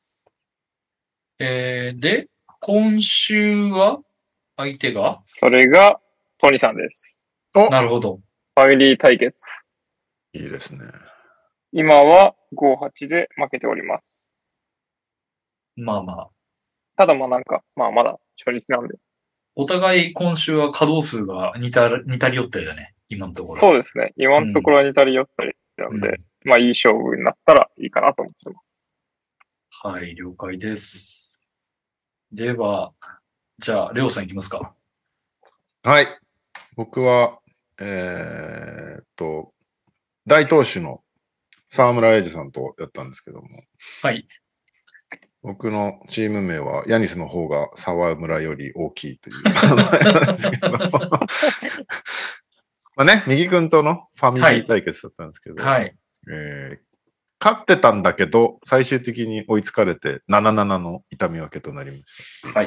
えー、で、今週は相手がそれが、トニさんです。 お、なるほど。 ファミリー対決。 いいですね。 今はごたいはちで負けております。 まあまあ。 ただまあなんか、まあまだ初日なんで。 お互い今週は稼働数が似た、似たり寄ったりだね。今のところ。 そうですね。今のところは似たり寄ったりなんで、うん、まあいい勝負になったらいいかなと思ってます。 はい、了解です。では、じゃあ、レオさんいきますか。 はい。僕は、えー、っと、大投手の沢村栄治さんとやったんですけども。 はい。 僕のチーム名は、ヤニスの方が沢村より大きいという名前なんですけど。まあね、右君とのファミリー対決だったんですけど、 はい。 えー、勝ってたんだけど、最終的に追いつかれて、ななたいななの痛み分けとなりました。はい。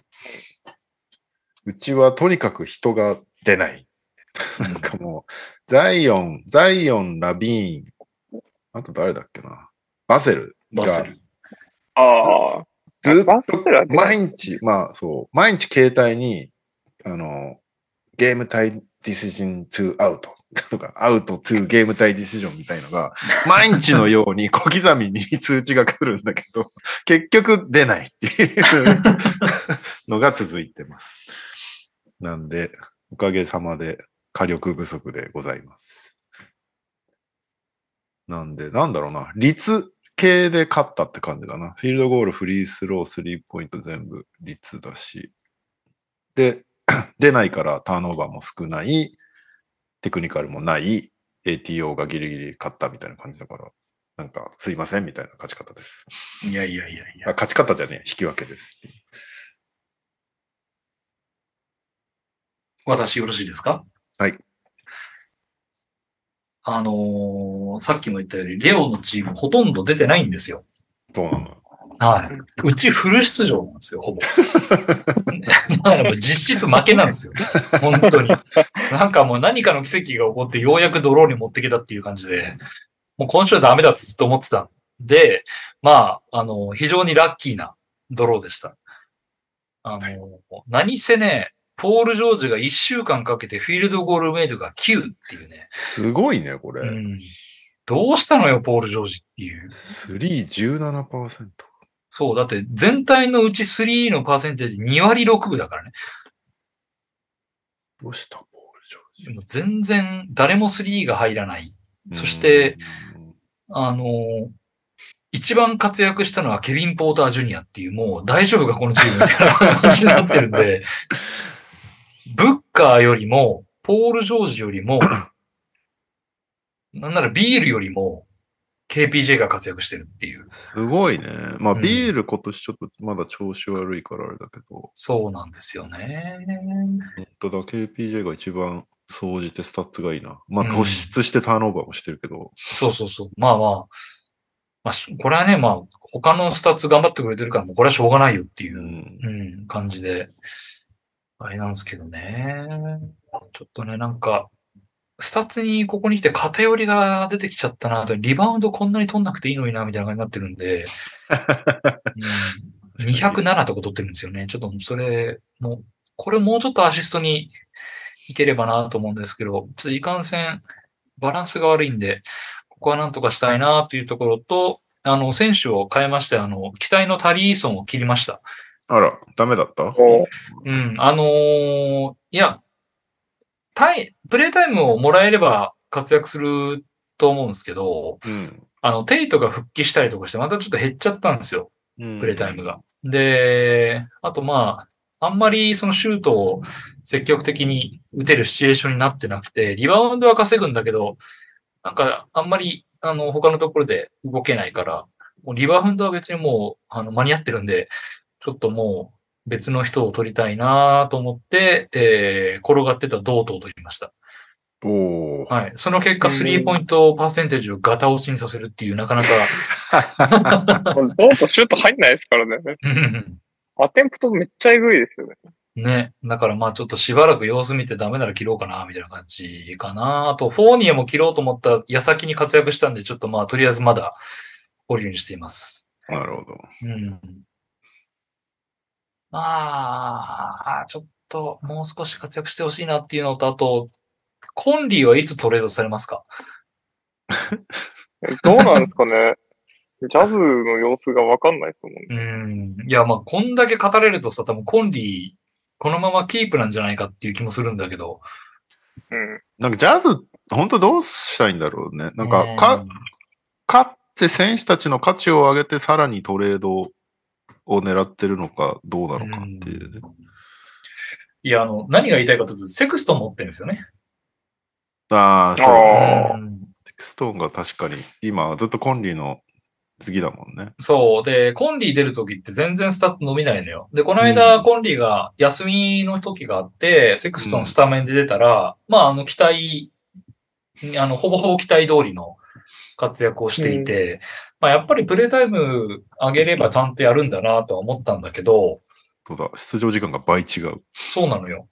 うちはとにかく人が出ない。なんかもう、ザイオン、ザイオン、ラビーン、 あと誰だっけな。バセルが。 バセル。 ああ。 ずっと毎日、まあそう、毎日携帯に、あの、ゲーム対ディシジョントゥアウトとか、アウトトゥゲーム対ディシジョンみたいのが、毎日のように小刻みに通知が来るんだけど、結局出ないっていうのが続いてます。なんで、おかげさまで火力不足でございます。なんで、なんだろうな、率系で勝ったって感じだな。フィールドゴール、フリースロー、スリーポイント全部率だし。で、出ないからターンオーバーも少ない、テクニカルもない、エーティーオー がギリギリ勝ったみたいな感じだから、なんかすいませんみたいな勝ち方です。 いやいやいやいや。 あ、勝ち方じゃねえ、引き分けです。 私よろしいですか？ はい。 あのー、さっきも言ったように、レオのチームほとんど出てないんですよ。 そうなの。 はい。うちフル出場なんですよ、ほぼ。だからもう実質負けなんですよ。本当に。なんかもう何かの奇跡が起こってようやくドローに持ってきたっていう感じで、もう今週はダメだってずっと思ってたんで、まあ、あの、非常にラッキーなドローでした。あの、何せね、ポール・ジョージがいっしゅうかんかけてフィールドゴールメイドがきゅうっていうね。 すごいね、これ。 うん、どうしたのよ、ポール・ジョージっていう。 スリーじゅうななパーセント。 そう、だって全体のうちスリーのパーセンテージにわりろくぶだからね。 どうしたポール・ジョージ。 もう全然誰もスリーが入らない。そして、あの、一番活躍したのはケビン・ポーター・ジュニアっていう、もう大丈夫かこのチームみたいな感じになってるんで、ブッカーよりも、ポール・ジョージよりも、なんならビールよりも、ケーピージェー が活躍してるっていう。 すごいね。まあ、うん、ビール今年ちょっとまだ調子悪いからあれだけど。 そうなんですよね。 本当だ、ケーピージェー が一番総じてスタッツがいいな。まあ、突出してターンオーバーもしてるけど。うん、 そうそうそう。まあまあ。まあ、これはね、まあ、他のスタッツ頑張ってくれてるから、もうこれはしょうがないよっていう、うんうん、感じで、あれなんですけどね。ちょっとね、なんか、スタッツにここに来て偏りが出てきちゃったなと、リバウンドこんなに取んなくていいのにな、みたいな感じになってるんで、うん、にひゃくななとか取ってるんですよね。ちょっとそれ、もう、これもうちょっとアシストにいければなと思うんですけど、ちょっといかんせん、バランスが悪いんで、ここはなんとかしたいなというところと、あの、選手を変えまして、あの、期待のタリー・イーソンを切りました。 あら、ダメだった？ うん、あのー、いや、タイ、プレイタイムをもらえれば活躍すると思うんですけど、うん、あの、テイトが復帰したりとかして、またちょっと減っちゃったんですよ。うん、プレイタイムが。で、あとまあ、あんまりそのシュートを積極的に打てるシチュエーションになってなくて、リバウンドは稼ぐんだけど、なんか、あんまり、あの、他のところで動けないから、もうリバウンドは別にもう、あの、間に合ってるんで、ちょっともう、別の人を取りたいなと思って、えー、転がってたドートを取りました。 おはい。その結果、スリーポイントパーセンテージをガタ落ちにさせるっていう、なかなか。 ドートシュート入んないですからね。アテンプトめっちゃエグいですよね。 ね。だからまあちょっとしばらく様子見てダメなら切ろうかな、みたいな感じかな。あと、フォーニエも切ろうと思った矢先に活躍したんで、ちょっとまあとりあえずまだ保留にしています。 なるほど。 うん。まあ、ちょっともう少し活躍してほしいなっていうのと、あと、コンリーはいつトレードされますか？ どうなんですかね。ジャズの様子がわかんないですもんね。 うん。いや、まあ、こんだけ語れるとさ、多分コンリー、このままキープなんじゃないかっていう気もするんだけど。 うん。 なんかジャズ、本当どうしたいんだろうね。なんか、か、勝って選手たちの価値を上げてさらにトレードを狙ってるのかどうなのかっていうね。 いや、あの、何が言いたいかというと、セクストン持ってるんですよね。 ああ、そう、ね。セクストンが確かに、今ずっとコンリーの次だもんね。 そう。で、コンリー出るときって全然スタッツ伸びないのよ。で、この間、うん、コンリーが休みの時があって、セクストンスタメンで出たら、うん、まあ、あの、期待、あの、ほぼほぼ期待通りの活躍をしていて、うん、まあ、やっぱりプレイタイム上げればちゃんとやるんだなとは思ったんだけど、 そうだ、出場時間が倍違う。 そうなのよ。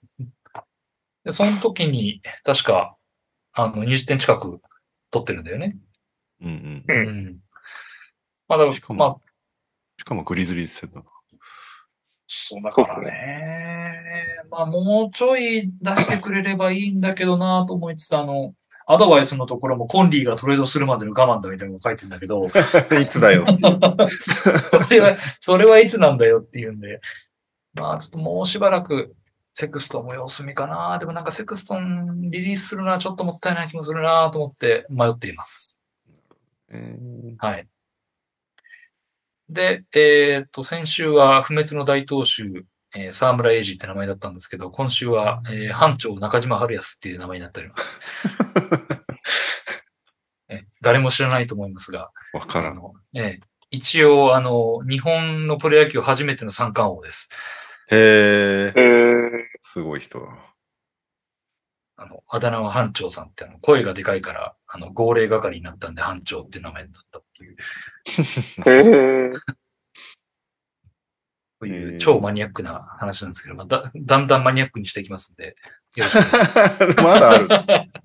で、その時に、確か、あの、にじゅってん近く取ってるんだよね。 うんうん。うん。 まだ、しかも、まあ、 しかもグリズリーズ戦だな。 そうだからね。まあ、もうちょい出してくれればいいんだけどなと思いつつ、あの、アドバイスのところもコンリーがトレードするまでの我慢だみたいなのが書いてるんだけど。 いつだよっていう。 それは、それはいつなんだよっていうんで。まあ、ちょっともうしばらく、セクストンも様子見かな。でもなんかセクストンリリースするのはちょっともったいない気もするなと思って迷っています。 えー、 はい。で、えっと、先週は不滅の大投手、えー、沢村栄治って名前だったんですけど、今週は、えー、班長中島春康っていう名前になっております。え誰も知らないと思いますが。 わからん。 あのえー、一応、あの、日本のプロ野球初めての三冠王です。 へー。すごい人だ。 あの、あだ名は班長さんって、あの、声がでかいから、あの、号令係になったんで班長っていう名前だったっていう。 へー。 という超マニアックな話なんですけど、まあ、だ、だんだんマニアックにしていきますんで、よろしくお願いします。 まだある。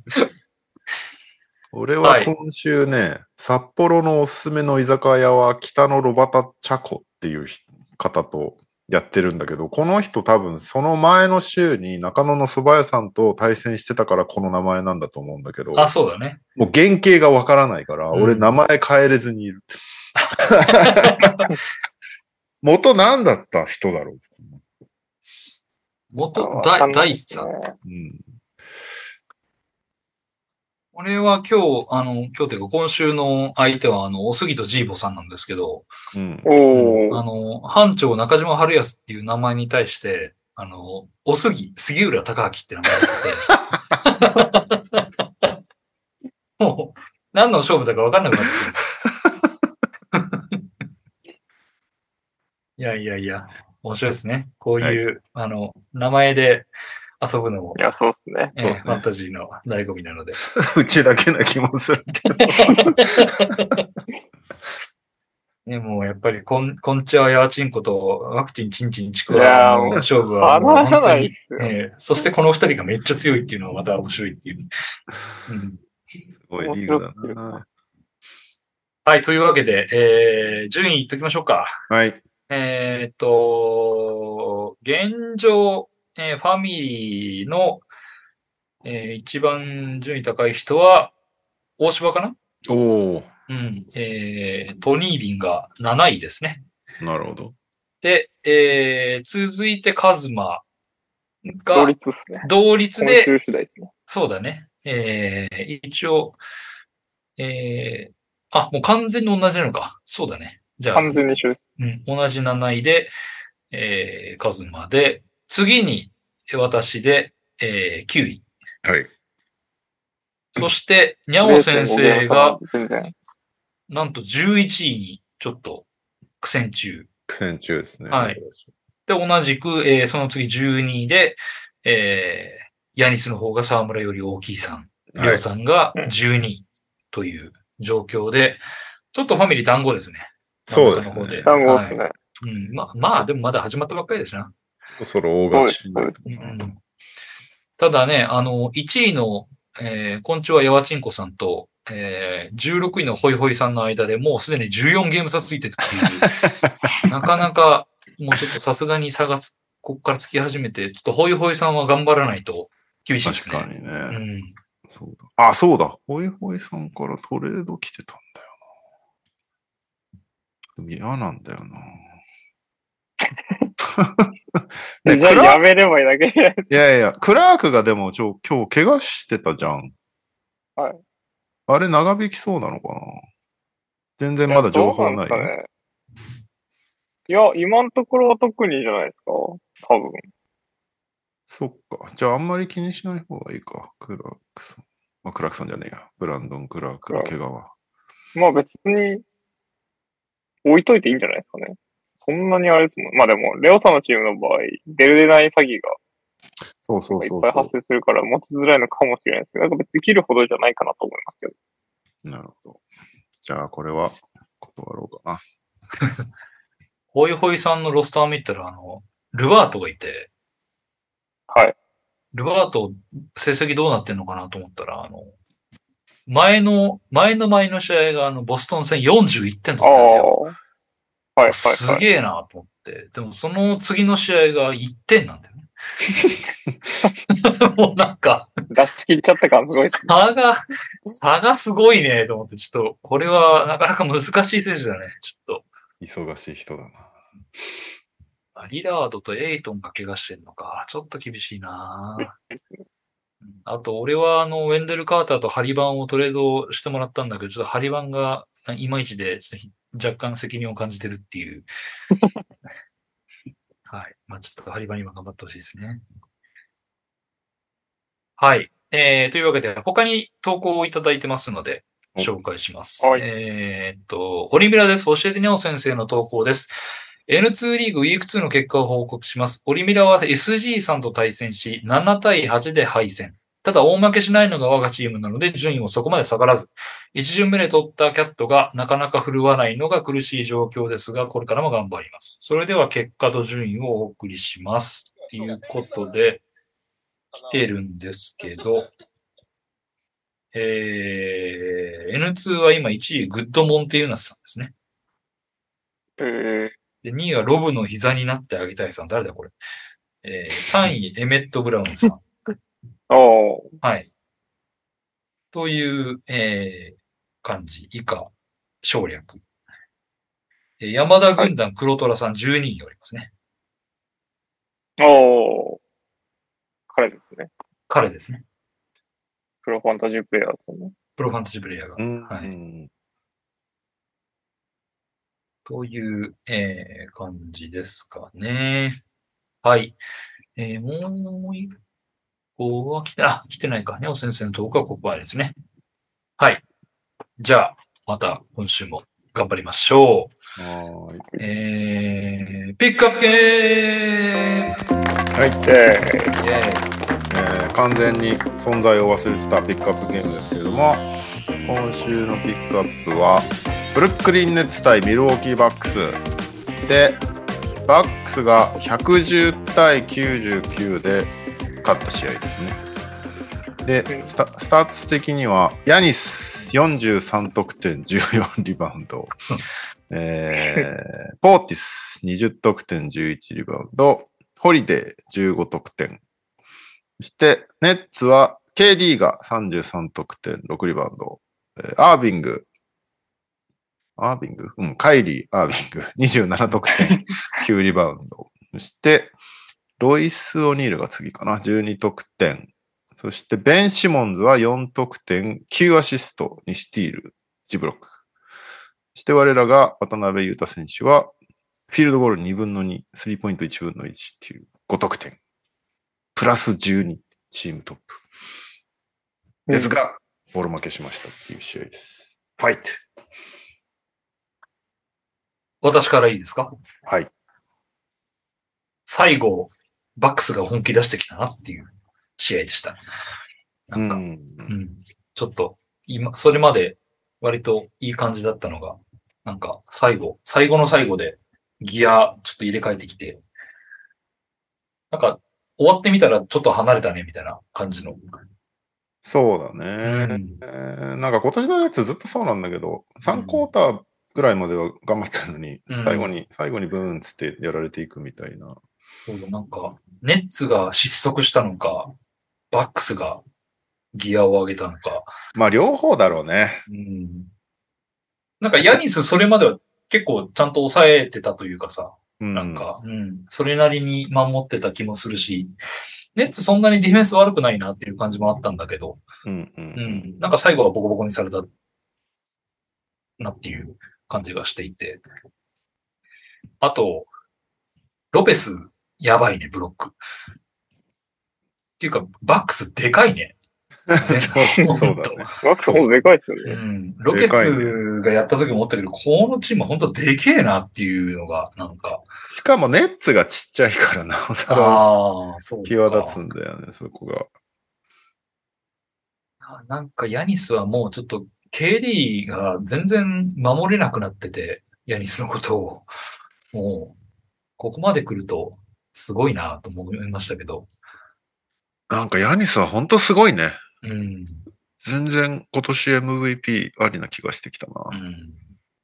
俺は今週ね、はい、札幌のおすすめの居酒屋は北のロバタチャコっていう方とやってるんだけど、この人多分その前の週に中野の蕎麦屋さんと対戦してたからこの名前なんだと思うんだけど。 あ、そうだね。 もう原型がわからないから、うん、俺名前変えれずにいる。元何だった人だろう。 元、だ、大地さん。うん。俺は今日、あの、今日というか今週の相手は、あの、おすぎとジーボさんなんですけど、 うん。おあの、班長中島春康っていう名前に対して、あの、おすぎ、杉浦隆明って名前があって、もう、何の勝負だか分かんなくなってくる。いやいやいや、面白いですね。こういう、はい、あの、名前で遊ぶのも。 いや、そうですね。 えー、ファンタジーの醍醐味なので。 うちだけな気もするけど。 ね、もうやっぱりこん、こんちはやちんことワクチンチンチンチクワの勝負はもう本当に、えー、そしてこの二人がめっちゃ強いっていうのはまた面白いっていう。うん、 すごいリーグだな。 はい、というわけで、えー、順位いっときましょうか。 はい。 えっと、現状、えー、ファミリーの、えー、一番順位高い人は、大柴かな？ おー。 うん。えー、トニービンがなないですね。 なるほど。 で、えー、続いてカズマが、 同率ですね。 同率で、 今週次第ですね。 そうだね。えー、一応、えー、あ、もう完全に同じなのか。そうだね。じゃあ、 完全に一緒です。 うん、同じなないで、えー、カズマで、次に私で、えー、きゅうい。 はい。 そして、にゃお先生が、なんとじゅういちいにちょっと苦戦中。 苦戦中ですね。 はい。で、同じく、えー、その次じゅうにいで、えー、ヤニスの方が沢村より大きいさん、りょうさんがじゅうにいという状況で、はい、ちょっとファミリー団子ですね。 そうですね。 団子ですね。はい、 うん、まあ、まあ、でもまだ始まったばっかりですな。 そろそろ大勝ちになる、 うん。ただね、あの、いちいの、えー、こんちはやわちんこさんと、えー、じゅうろくいのホイホイさんの間でもうすでにじゅうよんゲーム差ついてるっていう、なかなか、もうちょっとさすがに差がつ、こっからつき始めて、ちょっとホイホイさんは頑張らないと厳しいですね。 確かにね。 うん。 そうだ。あ、そうだ。ホイホイさんからトレード来てたんだよな。嫌なんだよな。 ね、じゃあやめればいいだけじゃないですか。 いやいや、クラークがでもちょ今日怪我してたじゃん。 はい。 あれ長引きそうなのかな？全然まだ情報ない。いや、 ね、いや今のところは特にじゃないですか。多分。 そっか。じゃああんまり気にしない方がいいか。クラークさん。まあ、クラークさんじゃねえや。ブランドン・クラークの怪我は。 まあ別に置いといていいんじゃないですかね。そんなにあれですもん。まあでも、レオさんのチームの場合、出る出ない詐欺がそうそうそういっぱい発生するから持ちづらいのかもしれないですけど、なんか別に切るほどじゃないかなと思いますけど。なるほど。じゃあこれは断ろうかな。 ホイホイさんのロスター見たら、あの、ルバートがいて、 はい。 ルバート、成績どうなってんのかなと思ったら、あの、 前の、前の前の試合があの、ボストン戦よんじゅういってん取ったんですよ。 はいはいはい。 すげえなと思って。でもその次の試合がいってんなんだよね。もうなんか、 出し切っちゃった感すごい。 差が、差がすごいねと思って、ちょっと、これはなかなか難しい選手だね。ちょっと。 忙しい人だな。 リラードとエイトンが怪我してんのか。ちょっと厳しいなあと、俺はあの、ウェンデル・カーターとハリバンをトレードしてもらったんだけど、ちょっとハリバンがいまいちで、ちょっと若干責任を感じてるっていう。はい。まあちょっとハリバン今頑張ってほしいですね。はい。えー、というわけで、他に投稿をいただいてますので、紹介します。はい、えー、っと、オリミラです。教えてにょ先生の投稿です。エヌツー リーグウィークツーの結果を報告します。オリミラは エスジー さんと対戦し、ななたいはちで敗戦。ただ大負けしないのが我がチームなので順位もそこまで下がらず、一巡目で取ったキャットがなかなか振るわないのが苦しい状況ですが、これからも頑張ります。それでは結果と順位をお送りします。ということで、来てるんですけど、えー、エヌツー は今いちいグッドモンテユナスさんですね。 えー、 でにいはロブの膝になってあげたいさん。誰だこれ。えー、さんいエメット・ブラウンさん。 おはい。という、えー、感じ。以下、省略。えー、山田軍団黒虎さんじゅうにいおりますね。 おー。彼ですね。 彼ですね。 プロファンタジープレイヤーですね。 プロファンタジープレイヤーが。 うん、 はい。という、えー、感じですかね。はい。えー、もう一個は来て、あ、来てないか。ネオ先生の投稿はここまでですね。はい。じゃあ、また今週も頑張りましょう。 はい。 えー、ピックアップゲームはい。 えー、えー、完全に存在を忘れてたピックアップゲームですけれども、今週のピックアップは、ブルックリンネッツ対ミルウォーキーバックスで、バックスがひゃくじゅうたいきゅうじゅうきゅうで勝った試合ですね。で、スタ、スタッツ的には、ヤニスよんじゅうさんとくてんじゅうよんリバウンド、えー、ポーティスにじゅうとくてんじゅういちリバウンド、ホリデーじゅうごとくてん。そして、ネッツは ケーディー がさんじゅうさんとくてんろくリバウンド、アービング、アービングうん、カイリー・アービングにじゅうななとくてんきゅうリバウンド。そして、ロイス・オニールが次かな、じゅうにとくてん。そして、ベン・シモンズはよんとくてん、きゅうアシスト、にスティール、いちブロック。そして、我らが渡辺裕太選手は、フィールドゴールにぶんのに、スリーポイントいちぶんのいちっていうごとくてん。プラスじゅうに、チームトップ。ですが、ボール負けしましたっていう試合です。ファイト。 私からいいですか？ はい。 最後、バックスが本気出してきたなっていう試合でした。なんか、うん、うん、ちょっと、今、それまで割といい感じだったのが、なんか最後、最後の最後でギアちょっと入れ替えてきて、なんか終わってみたらちょっと離れたねみたいな感じの。 そうだね。うんえー、なんか今年のやつずっとそうなんだけど、さんクォーターぐらいまでは頑張ったのに、うん、最後に、最後にブーンつってやられていくみたいな。 そうだ、なんか、ネッツが失速したのか、バックスがギアを上げたのか。 まあ両方だろうね。 うん。なんかヤニスそれまでは結構ちゃんと抑えてたというかさ、うん、なんか、うん、それなりに守ってた気もするし、ネッツそんなにディフェンス悪くないなっていう感じもあったんだけど、 うんうんうん、 なんか最後はボコボコにされたなっていう感じがしていて。あと、ロペスやばいね、ブロック。っていうか、バックスでかいね。 そうそうだね。 バックスほんとでかいっすよね。 うん。ロケツがやった時も思ったけど、このチームほんとでけえなっていうのが、なんか。 しかもネッツがちっちゃいからなおさら際立つんだよね、そこが。 なんかヤニスはもうちょっと ケーディー が全然守れなくなってて、ヤニスのことを。もう、ここまで来るとすごいなと思いましたけど。 なんかヤニスはほんとすごいね。 うん。 全然今年 エムブイピー ありな気がしてきたな。うん、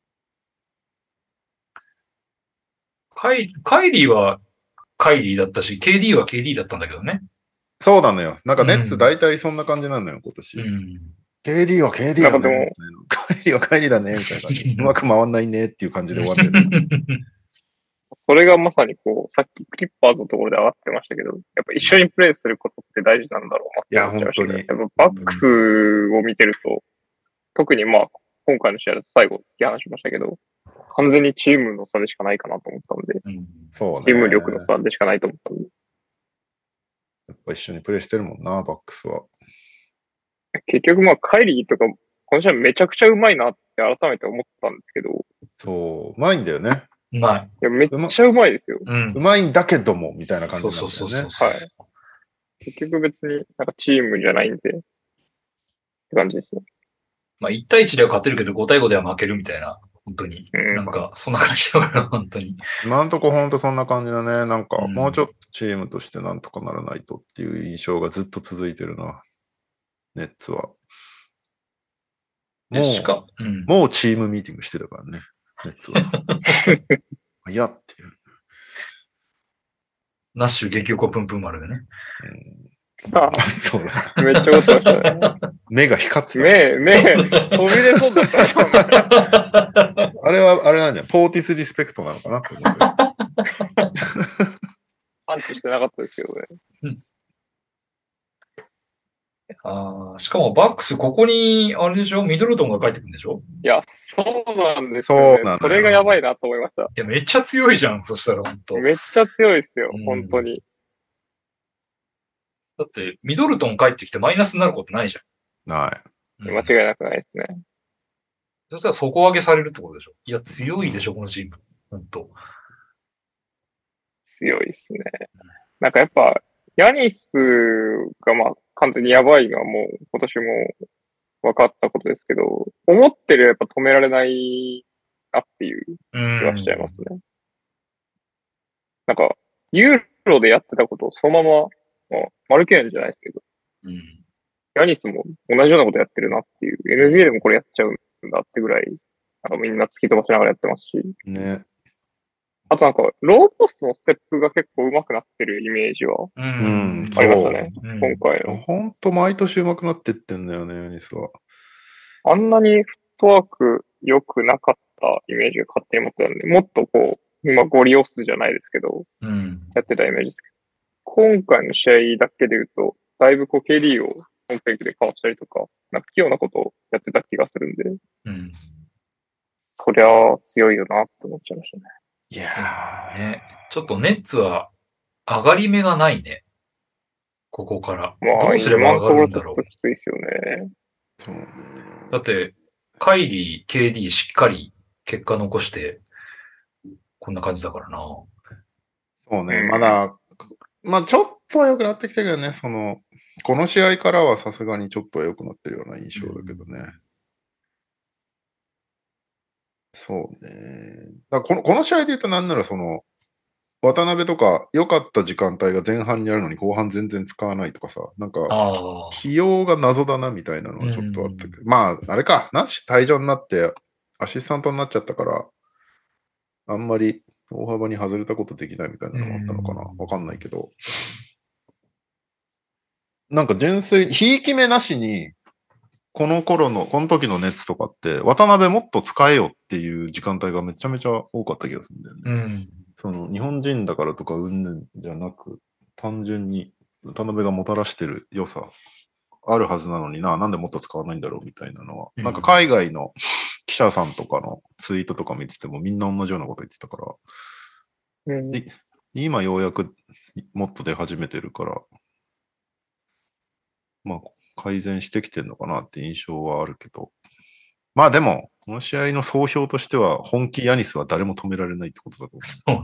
カイ、カイリーはカイリーだったし、ケーディー は ケーディー だったんだけどね。 そうなのよ。なんかネッツ大体そんな感じなのよ、今年。うん、ケーディー は ケーディー だね。カイリーはカイリーだね、みたいな感じ。うまく回んないねっていう感じで終わってる。 それがまさにこう、さっきクリッパーズのところで上がってましたけど、やっぱ一緒にプレイすることって大事なんだろうなって思っちゃいましたけど、やっぱバックスを見てると、特にまあ、今回の試合だと最後突き放しましたけど、完全にチームの差でしかないかなと思ったので、うん、そうね、チーム力の差でしかないと思ったので。 やっぱ一緒にプレイしてるもんな、バックスは。 結局まあ、カイリーとか、この試合めちゃくちゃうまいなって改めて思ったんですけど。 そう、うまいんだよね。 うまい。 いや、めっちゃうまいですよ。 う, ん、うまいんだけども、みたいな感じなんだよね。そうそうそうそう。はい。 結局別になんかチームじゃないんで、って感じですね。 まあ、いち対いちでは勝てるけど、ご対ごでは負けるみたいな。本当に。うん、なんか、そんな感じだから、本当に。 今んとこ本当そんな感じだね。なんか、もうちょっとチームとしてなんとかならないとっていう印象がずっと続いてるな。ネッツは。もう、しかうん、もうチームミーティングしてたからね。ネッツは。いやっていう。 ナッシュ激横プンプン丸でね。 うん、ああ、そうだ。めっちゃ面白いしたね。 目が光ってた、 ね。目、目、飛び出そうだったでしょうね。 あれは、あれなんじゃ、ポーティスリスペクトなのかなって思って。 パンチしてなかったですけどね。うんああ、しかもバックス、ここに、あれでしょミドルトンが帰ってくるんでしょいや、そうなんですよ、ね。そうなんそれがやばいなと思いました。いや、めっちゃ強いじゃん、そしたら、本当めっちゃ強いですよ、うん、本当に。 だって、ミドルトン帰ってきてマイナスになることないじゃん。ない。 うん、間違いなくないですね。 そしたら底上げされるってことでしょいや、強いでしょ、このチーム。本当強いですね。なんかやっぱ、ヤニスがまあ完全にやばいのはもう今年も分かったことですけど、思ってるやっぱ止められないなっていう気がしちゃいますね。なんか、ユーロでやってたことをそのまま、まあ、マルケーンじゃないですけど、うん、ヤニスも同じようなことやってるなっていう、エヌビーエー でもこれやっちゃうんだってぐらい、なんかみんな突き飛ばしながらやってますし。 ね。 あとなんか、ローポストのステップが結構上手くなってるイメージは、うん、ありましたね、うん、今回の。 ほんと毎年上手くなってってんだよね、ヤニスは。 あんなにフットワーク良くなかったイメージが勝手に持ってたんで、もっとこう、今ゴリ押すじゃないですけど、うん、やってたイメージですけど、今回の試合だけで言うと、だいぶこう ケーディー をコンペクでかわしたりとか、なんか器用なことをやってた気がするんで、うん、そりゃ強いよなって思っちゃいましたね。 いやー、ね、ちょっとネッツは上がり目がないね。ここから。まあ、どうすれば上がるんだろう。 きついですよね。 そうね。 だって、カイリー、ケーディー しっかり結果残して、こんな感じだからな。 そうね、まだ、まあちょっとは良くなってきたけどね、その、この試合からはさすがにちょっとは良くなってるような印象だけどね。うん、そうね。だこのこの試合で言うとなんならその、渡辺とか良かった時間帯が前半にあるのに後半全然使わないとかさ、なんか、起用が謎だなみたいなのはちょっとあったけど、まあ、あれか、なし退場になってアシスタントになっちゃったから、あんまり大幅に外れたことできないみたいなのもあったのかな。わかんないけど。なんか純粋に、ひいき目なしに、この頃の、この時の熱とかって、渡辺もっと使えよっていう時間帯がめちゃめちゃ多かった気がするんだよね。うん、その日本人だからとかうんぬんじゃなく、単純に渡辺がもたらしてる良さあるはずなのにな、なんでもっと使わないんだろうみたいなのは、うん、なんか海外の記者さんとかのツイートとか見ててもみんな同じようなこと言ってたから、うん、で今ようやくもっと出始めてるから、まあ改善してきてるのかなって印象はあるけど、まあでもこの試合の総評としては本気ヤニスは誰も止められないってことだと思う。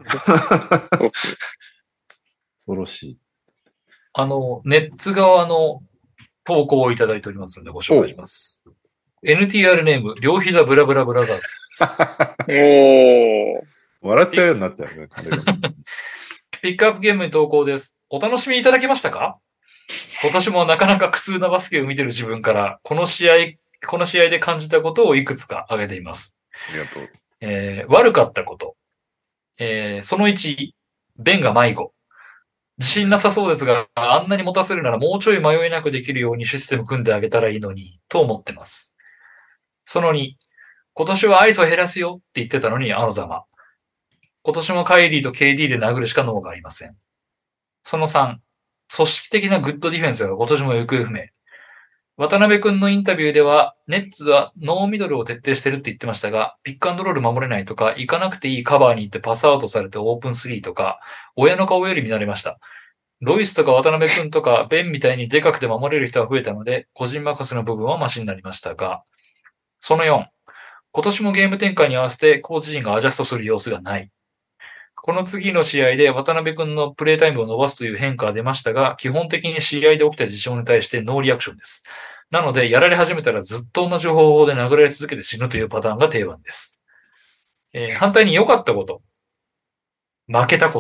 恐ろしい。 あのネッツ側の投稿をいただいておりますのでご紹介します。エヌティーアール ネーム両膝ブラブラブラザーズです。 おー。 笑っちゃうようになっちゃうね。 ピックアップゲームに投稿です。お楽しみいただけましたか？ 今年もなかなか苦痛なバスケを見てる自分から、この試合、この試合で感じたことをいくつか挙げています。 ありがとう。 えー、悪かったこと。えー、そのいち、ベンが迷子。自信なさそうですが、あんなに持たせるならもうちょい迷いなくできるようにシステム組んであげたらいいのに、と思ってます。そのに、今年はアイスを減らすよって言ってたのにあのざま。今年もカイリーと ケーディー で殴るしか脳がありません。そのさん、組織的なグッドディフェンスが今年も行方不明。渡辺くんのインタビューでは、ネッツはノーミドルを徹底してるって言ってましたが、ピックアンドロール守れないとか、行かなくていいカバーに行ってパスアウトされてオープンスリーとか、親の顔より見慣れました。ロイスとか渡辺くんとか、ベンみたいにでかくて守れる人が増えたので、個人任せの部分はマシになりましたが、そのよん、今年もゲーム展開に合わせてコーチ陣がアジャストする様子がない。この次の試合で渡辺くんのプレイタイムを伸ばすという変化が出ましたが、基本的に試合で起きた事象に対してノーリアクションです。なので、やられ始めたらずっと同じ方法で殴られ続けて死ぬというパターンが定番です。えー、反対に良かったこと。負けたこと。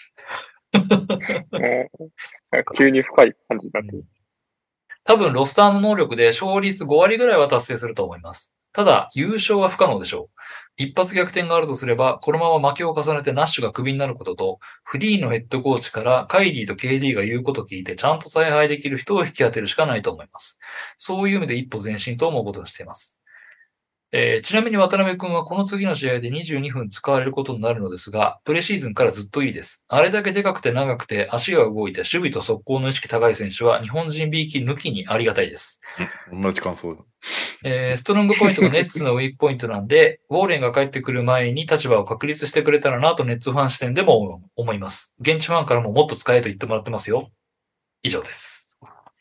急に深い感じになってる。 多分、ロスターの能力で勝率ご割ぐらいは達成すると思います。ただ、優勝は不可能でしょう。一発逆転があるとすれば、このまま負けを重ねてナッシュがクビになることと、フリーのヘッドコーチからカイリーと ケーディー が言うことを聞いてちゃんと采配できる人を引き当てるしかないと思います。そういう意味で一歩前進と思うことにしています。えー、ちなみに渡辺くんはこの次の試合でにじゅうにふん使われることになるのですが、プレシーズンからずっといいです。あれだけでかくて長くて足が動いて守備と速攻の意識高い選手は日本人 ビー 期抜きにありがたいです。 同じ感想だ。 えー、ストロングポイントがネッツのウィークポイントなんで、ウォーレンが帰ってくる前に立場を確立してくれたらなとネッツファン視点でも思います。現地ファンからももっと使えと言ってもらってますよ。以上です。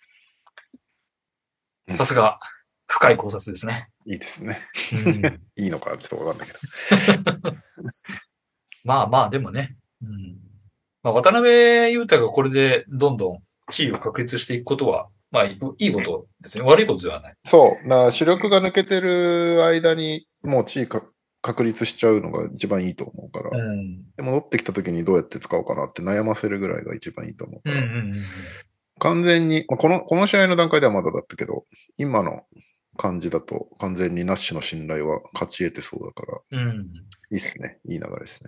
さすが、深い考察ですね。 いいですね。いいのかちょっとわかんないけど。 まあまあ、でもね。うん、まあ、渡辺裕太がこれでどんどん地位を確立していくことは、まあいいことですね。悪いことではない。 そう。だから主力が抜けてる間にもう地位か確立しちゃうのが一番いいと思うから。うん、で戻ってきた時にどうやって使おうかなって悩ませるぐらいが一番いいと思うから。うんうんうん、完全に、この、この試合の段階ではまだだったけど、今の感じだと完全にナッシュの信頼は勝ち得てそうだから、うん、いいっすね。いい流れですね。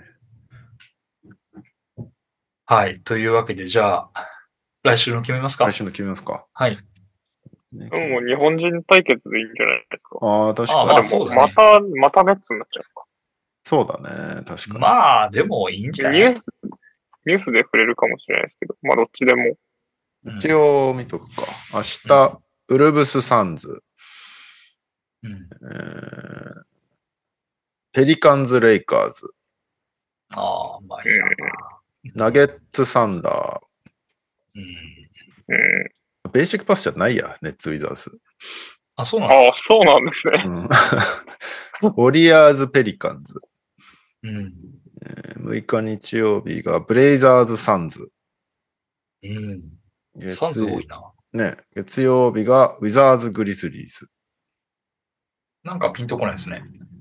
はい。というわけで、じゃあ、来週の決めますか？ 来週の決めますか。 はい。 でも日本人対決でいいんじゃないですか。 ああ、確かに。 まあそうだね、また、またネッツになっちゃうか。 そうだね。確かに。 まあ、でもいいんじゃない？ ニュース、ニュースで触れるかもしれないですけど、まあどっちでも。 一応見とくか。明日、うん、ウルブスサンズ。うんえー、ペリカンズ・レイカーズ。 ああ、まあいいな。 ナゲッツ・サンダー。うん、ベーシックパスじゃないや、ネッツ・ウィザーズ。 あ、そうなんだ。 ああ、そうなんですね。うん、 ウォリアーズ・ペリカンズ。うんえー、むいか日曜日がブレイザーズ・サンズ。 うん。サンズ多いな。 ね、月曜日がウィザーズ・グリズリーズ。 なんかピンとこないですね。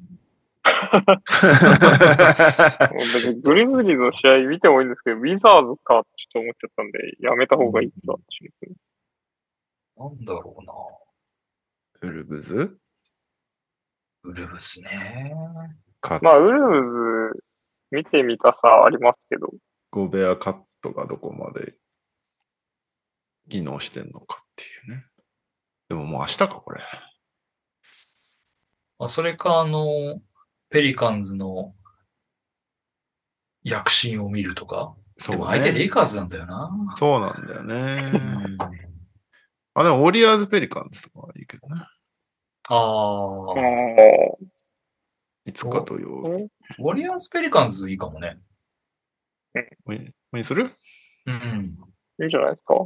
グリズリーズの試合見てもいいんですけど、ウィザーズかってちょっと思っちゃったんで、やめた方がいいかってします。なんだろうな。 ウルブズウルブズね。 まあ、ウルブズ見てみたさありますけど。 ゴベアカットがどこまで技能してんのかっていうね。でももう明日か、これ。 あ、それか、あの、ペリカンズの躍進を見るとか。そうね。でも相手レイカーズなんだよな。 そうなんだよね。あ、でもウォリアーズ・ペリカンズとかはいいけどね。 ああ。 いつか土曜日。 ウォリアーズ・ペリカンズいいかもね。 うん。にする？ うん。 いいんじゃないですか。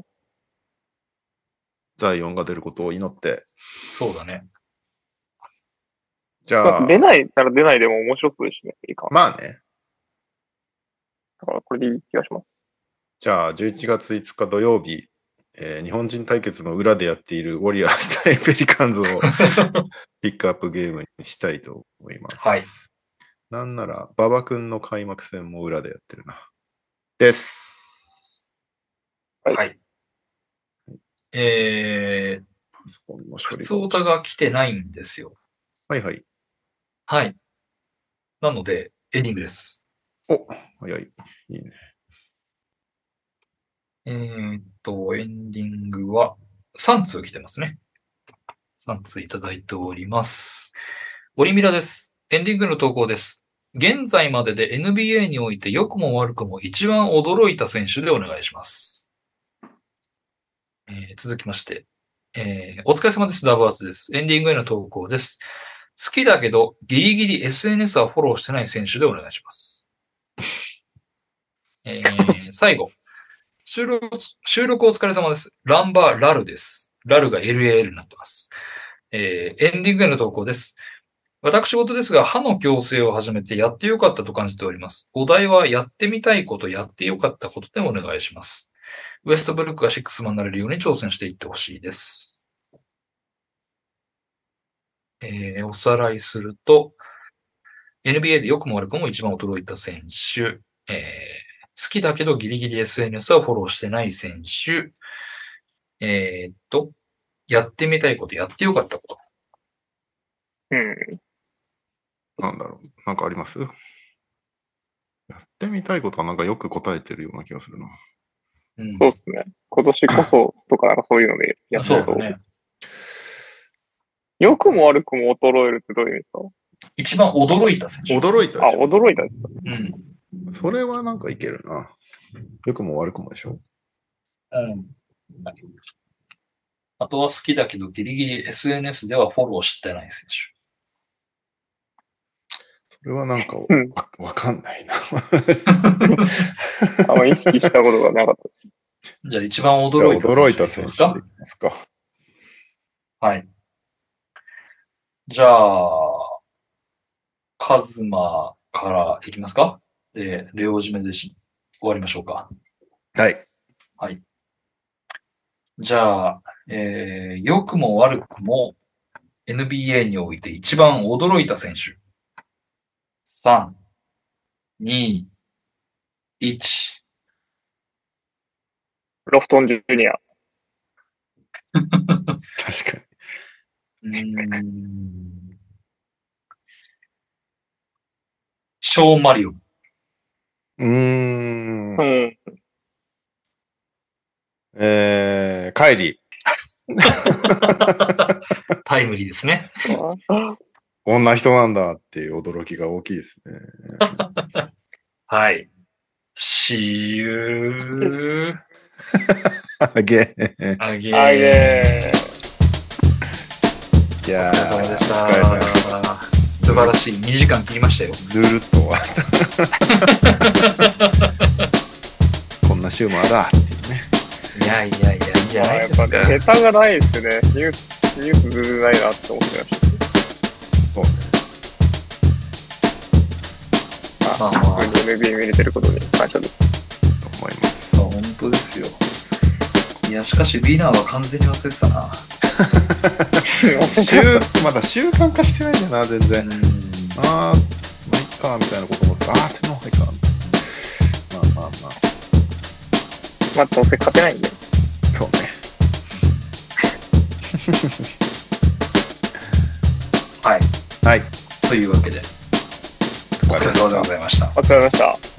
だいよんが出ることを祈って。 そうだね。 じゃあ。 出ないなら出ないでも面白そうですね。いいか。 まあね。 だからこれでいい気がします。 じゃあ、じゅういちがついつか土曜日、えー、日本人対決の裏でやっているウォリアーズ対ペリカンズをピックアップゲームにしたいと思います。 はい。 なんなら、馬場君の開幕戦も裏でやってるな。です。 はい。はいえー、普通オタが来てないんですよ。 はいはい。 はい。なので、エンディングです。 お、早い。いいね。 えーっと、エンディングはさん通来てますね。さん通いただいております。オリミラです。エンディングの投稿です。現在までで エヌビーエー において良くも悪くも一番驚いた選手でお願いします。えー、続きまして、えー、お疲れ様です。ダブアツです。エンディングへの投稿です。好きだけど、ギリギリ エスエヌエス はフォローしてない選手でお願いします。えー、最後。収録、収録お疲れ様です。ランバーラルです。ラルが エルエーエル になってます。えー、エンディングへの投稿です。私事ですが、歯の矯正を始めてやってよかったと感じております。お題はやってみたいこと、やってよかったことでお願いします。ウエストブルックがシックスマンになれるように挑戦していってほしいです。えー、おさらいすると、エヌビーエー で良くも悪くも一番驚いた選手、えー、好きだけどギリギリ エスエヌエス はフォローしてない選手、えー、っと、やってみたいこと、やってよかったこと。 うん。 なんだろう。なんかあります？やってみたいことはなんかよく答えてるような気がするな。 うん、そうですね。今年こそとかなんかそういうのでやってそう。ね。良くも悪くも衰えるってどういう意味ですか？ 一番驚いた選手。 驚いた。 あ、驚いたですか？ うん。 それはなんかいけるな。良くも悪くもでしょ。 うん。あとは好きだけどギリギリ エスエヌエス ではフォローしてない選手。 それはなんか、うん、わ, わかんないな。 あんま意識したことがなかったです。 じゃあ一番驚いた選手驚いた選手でいきますか。 はい。じゃあ、カズマからいきますか？で、レオ締めでし終わりましょうか。 はい。 はい。じゃあ、えー、良くも悪くも エヌビーエー において一番驚いた選手。さん、に、いち。 ロフトンジュニア。 確かに。うーん。ショーン・マリオン。 うーん。 うん。 えー、カイリー。タイムリーですね。 こんな人なんだっていう驚きが大きいですね。 はい。See you. あげー。あげー。あげー。いやー、 お疲れ様でした。素晴らしい。にじかん切りましたよ。 ぬるっと終わったこんな週もあらっていうね。 いやいやいや、いいじゃないですか。 やっぱネタがないですね。ニュース、ニュースずないなって思ってました。 そうね。 まあまあ、エヌビー 見れてることに感謝です。 と思います。 あ、本当ですよ。いや、しかし、ウィナーは完全に忘れてたな。 習まだ習慣化してないんだよな、全然。ああ、まあ、いっか、みたいなこともさ、ああ、天皇杯か。まあまあまあ。 まあ、どうせ勝てないんで。 そうね。 はい。 はい。 というわけで、お疲れ様でございました。 お疲れ様でした。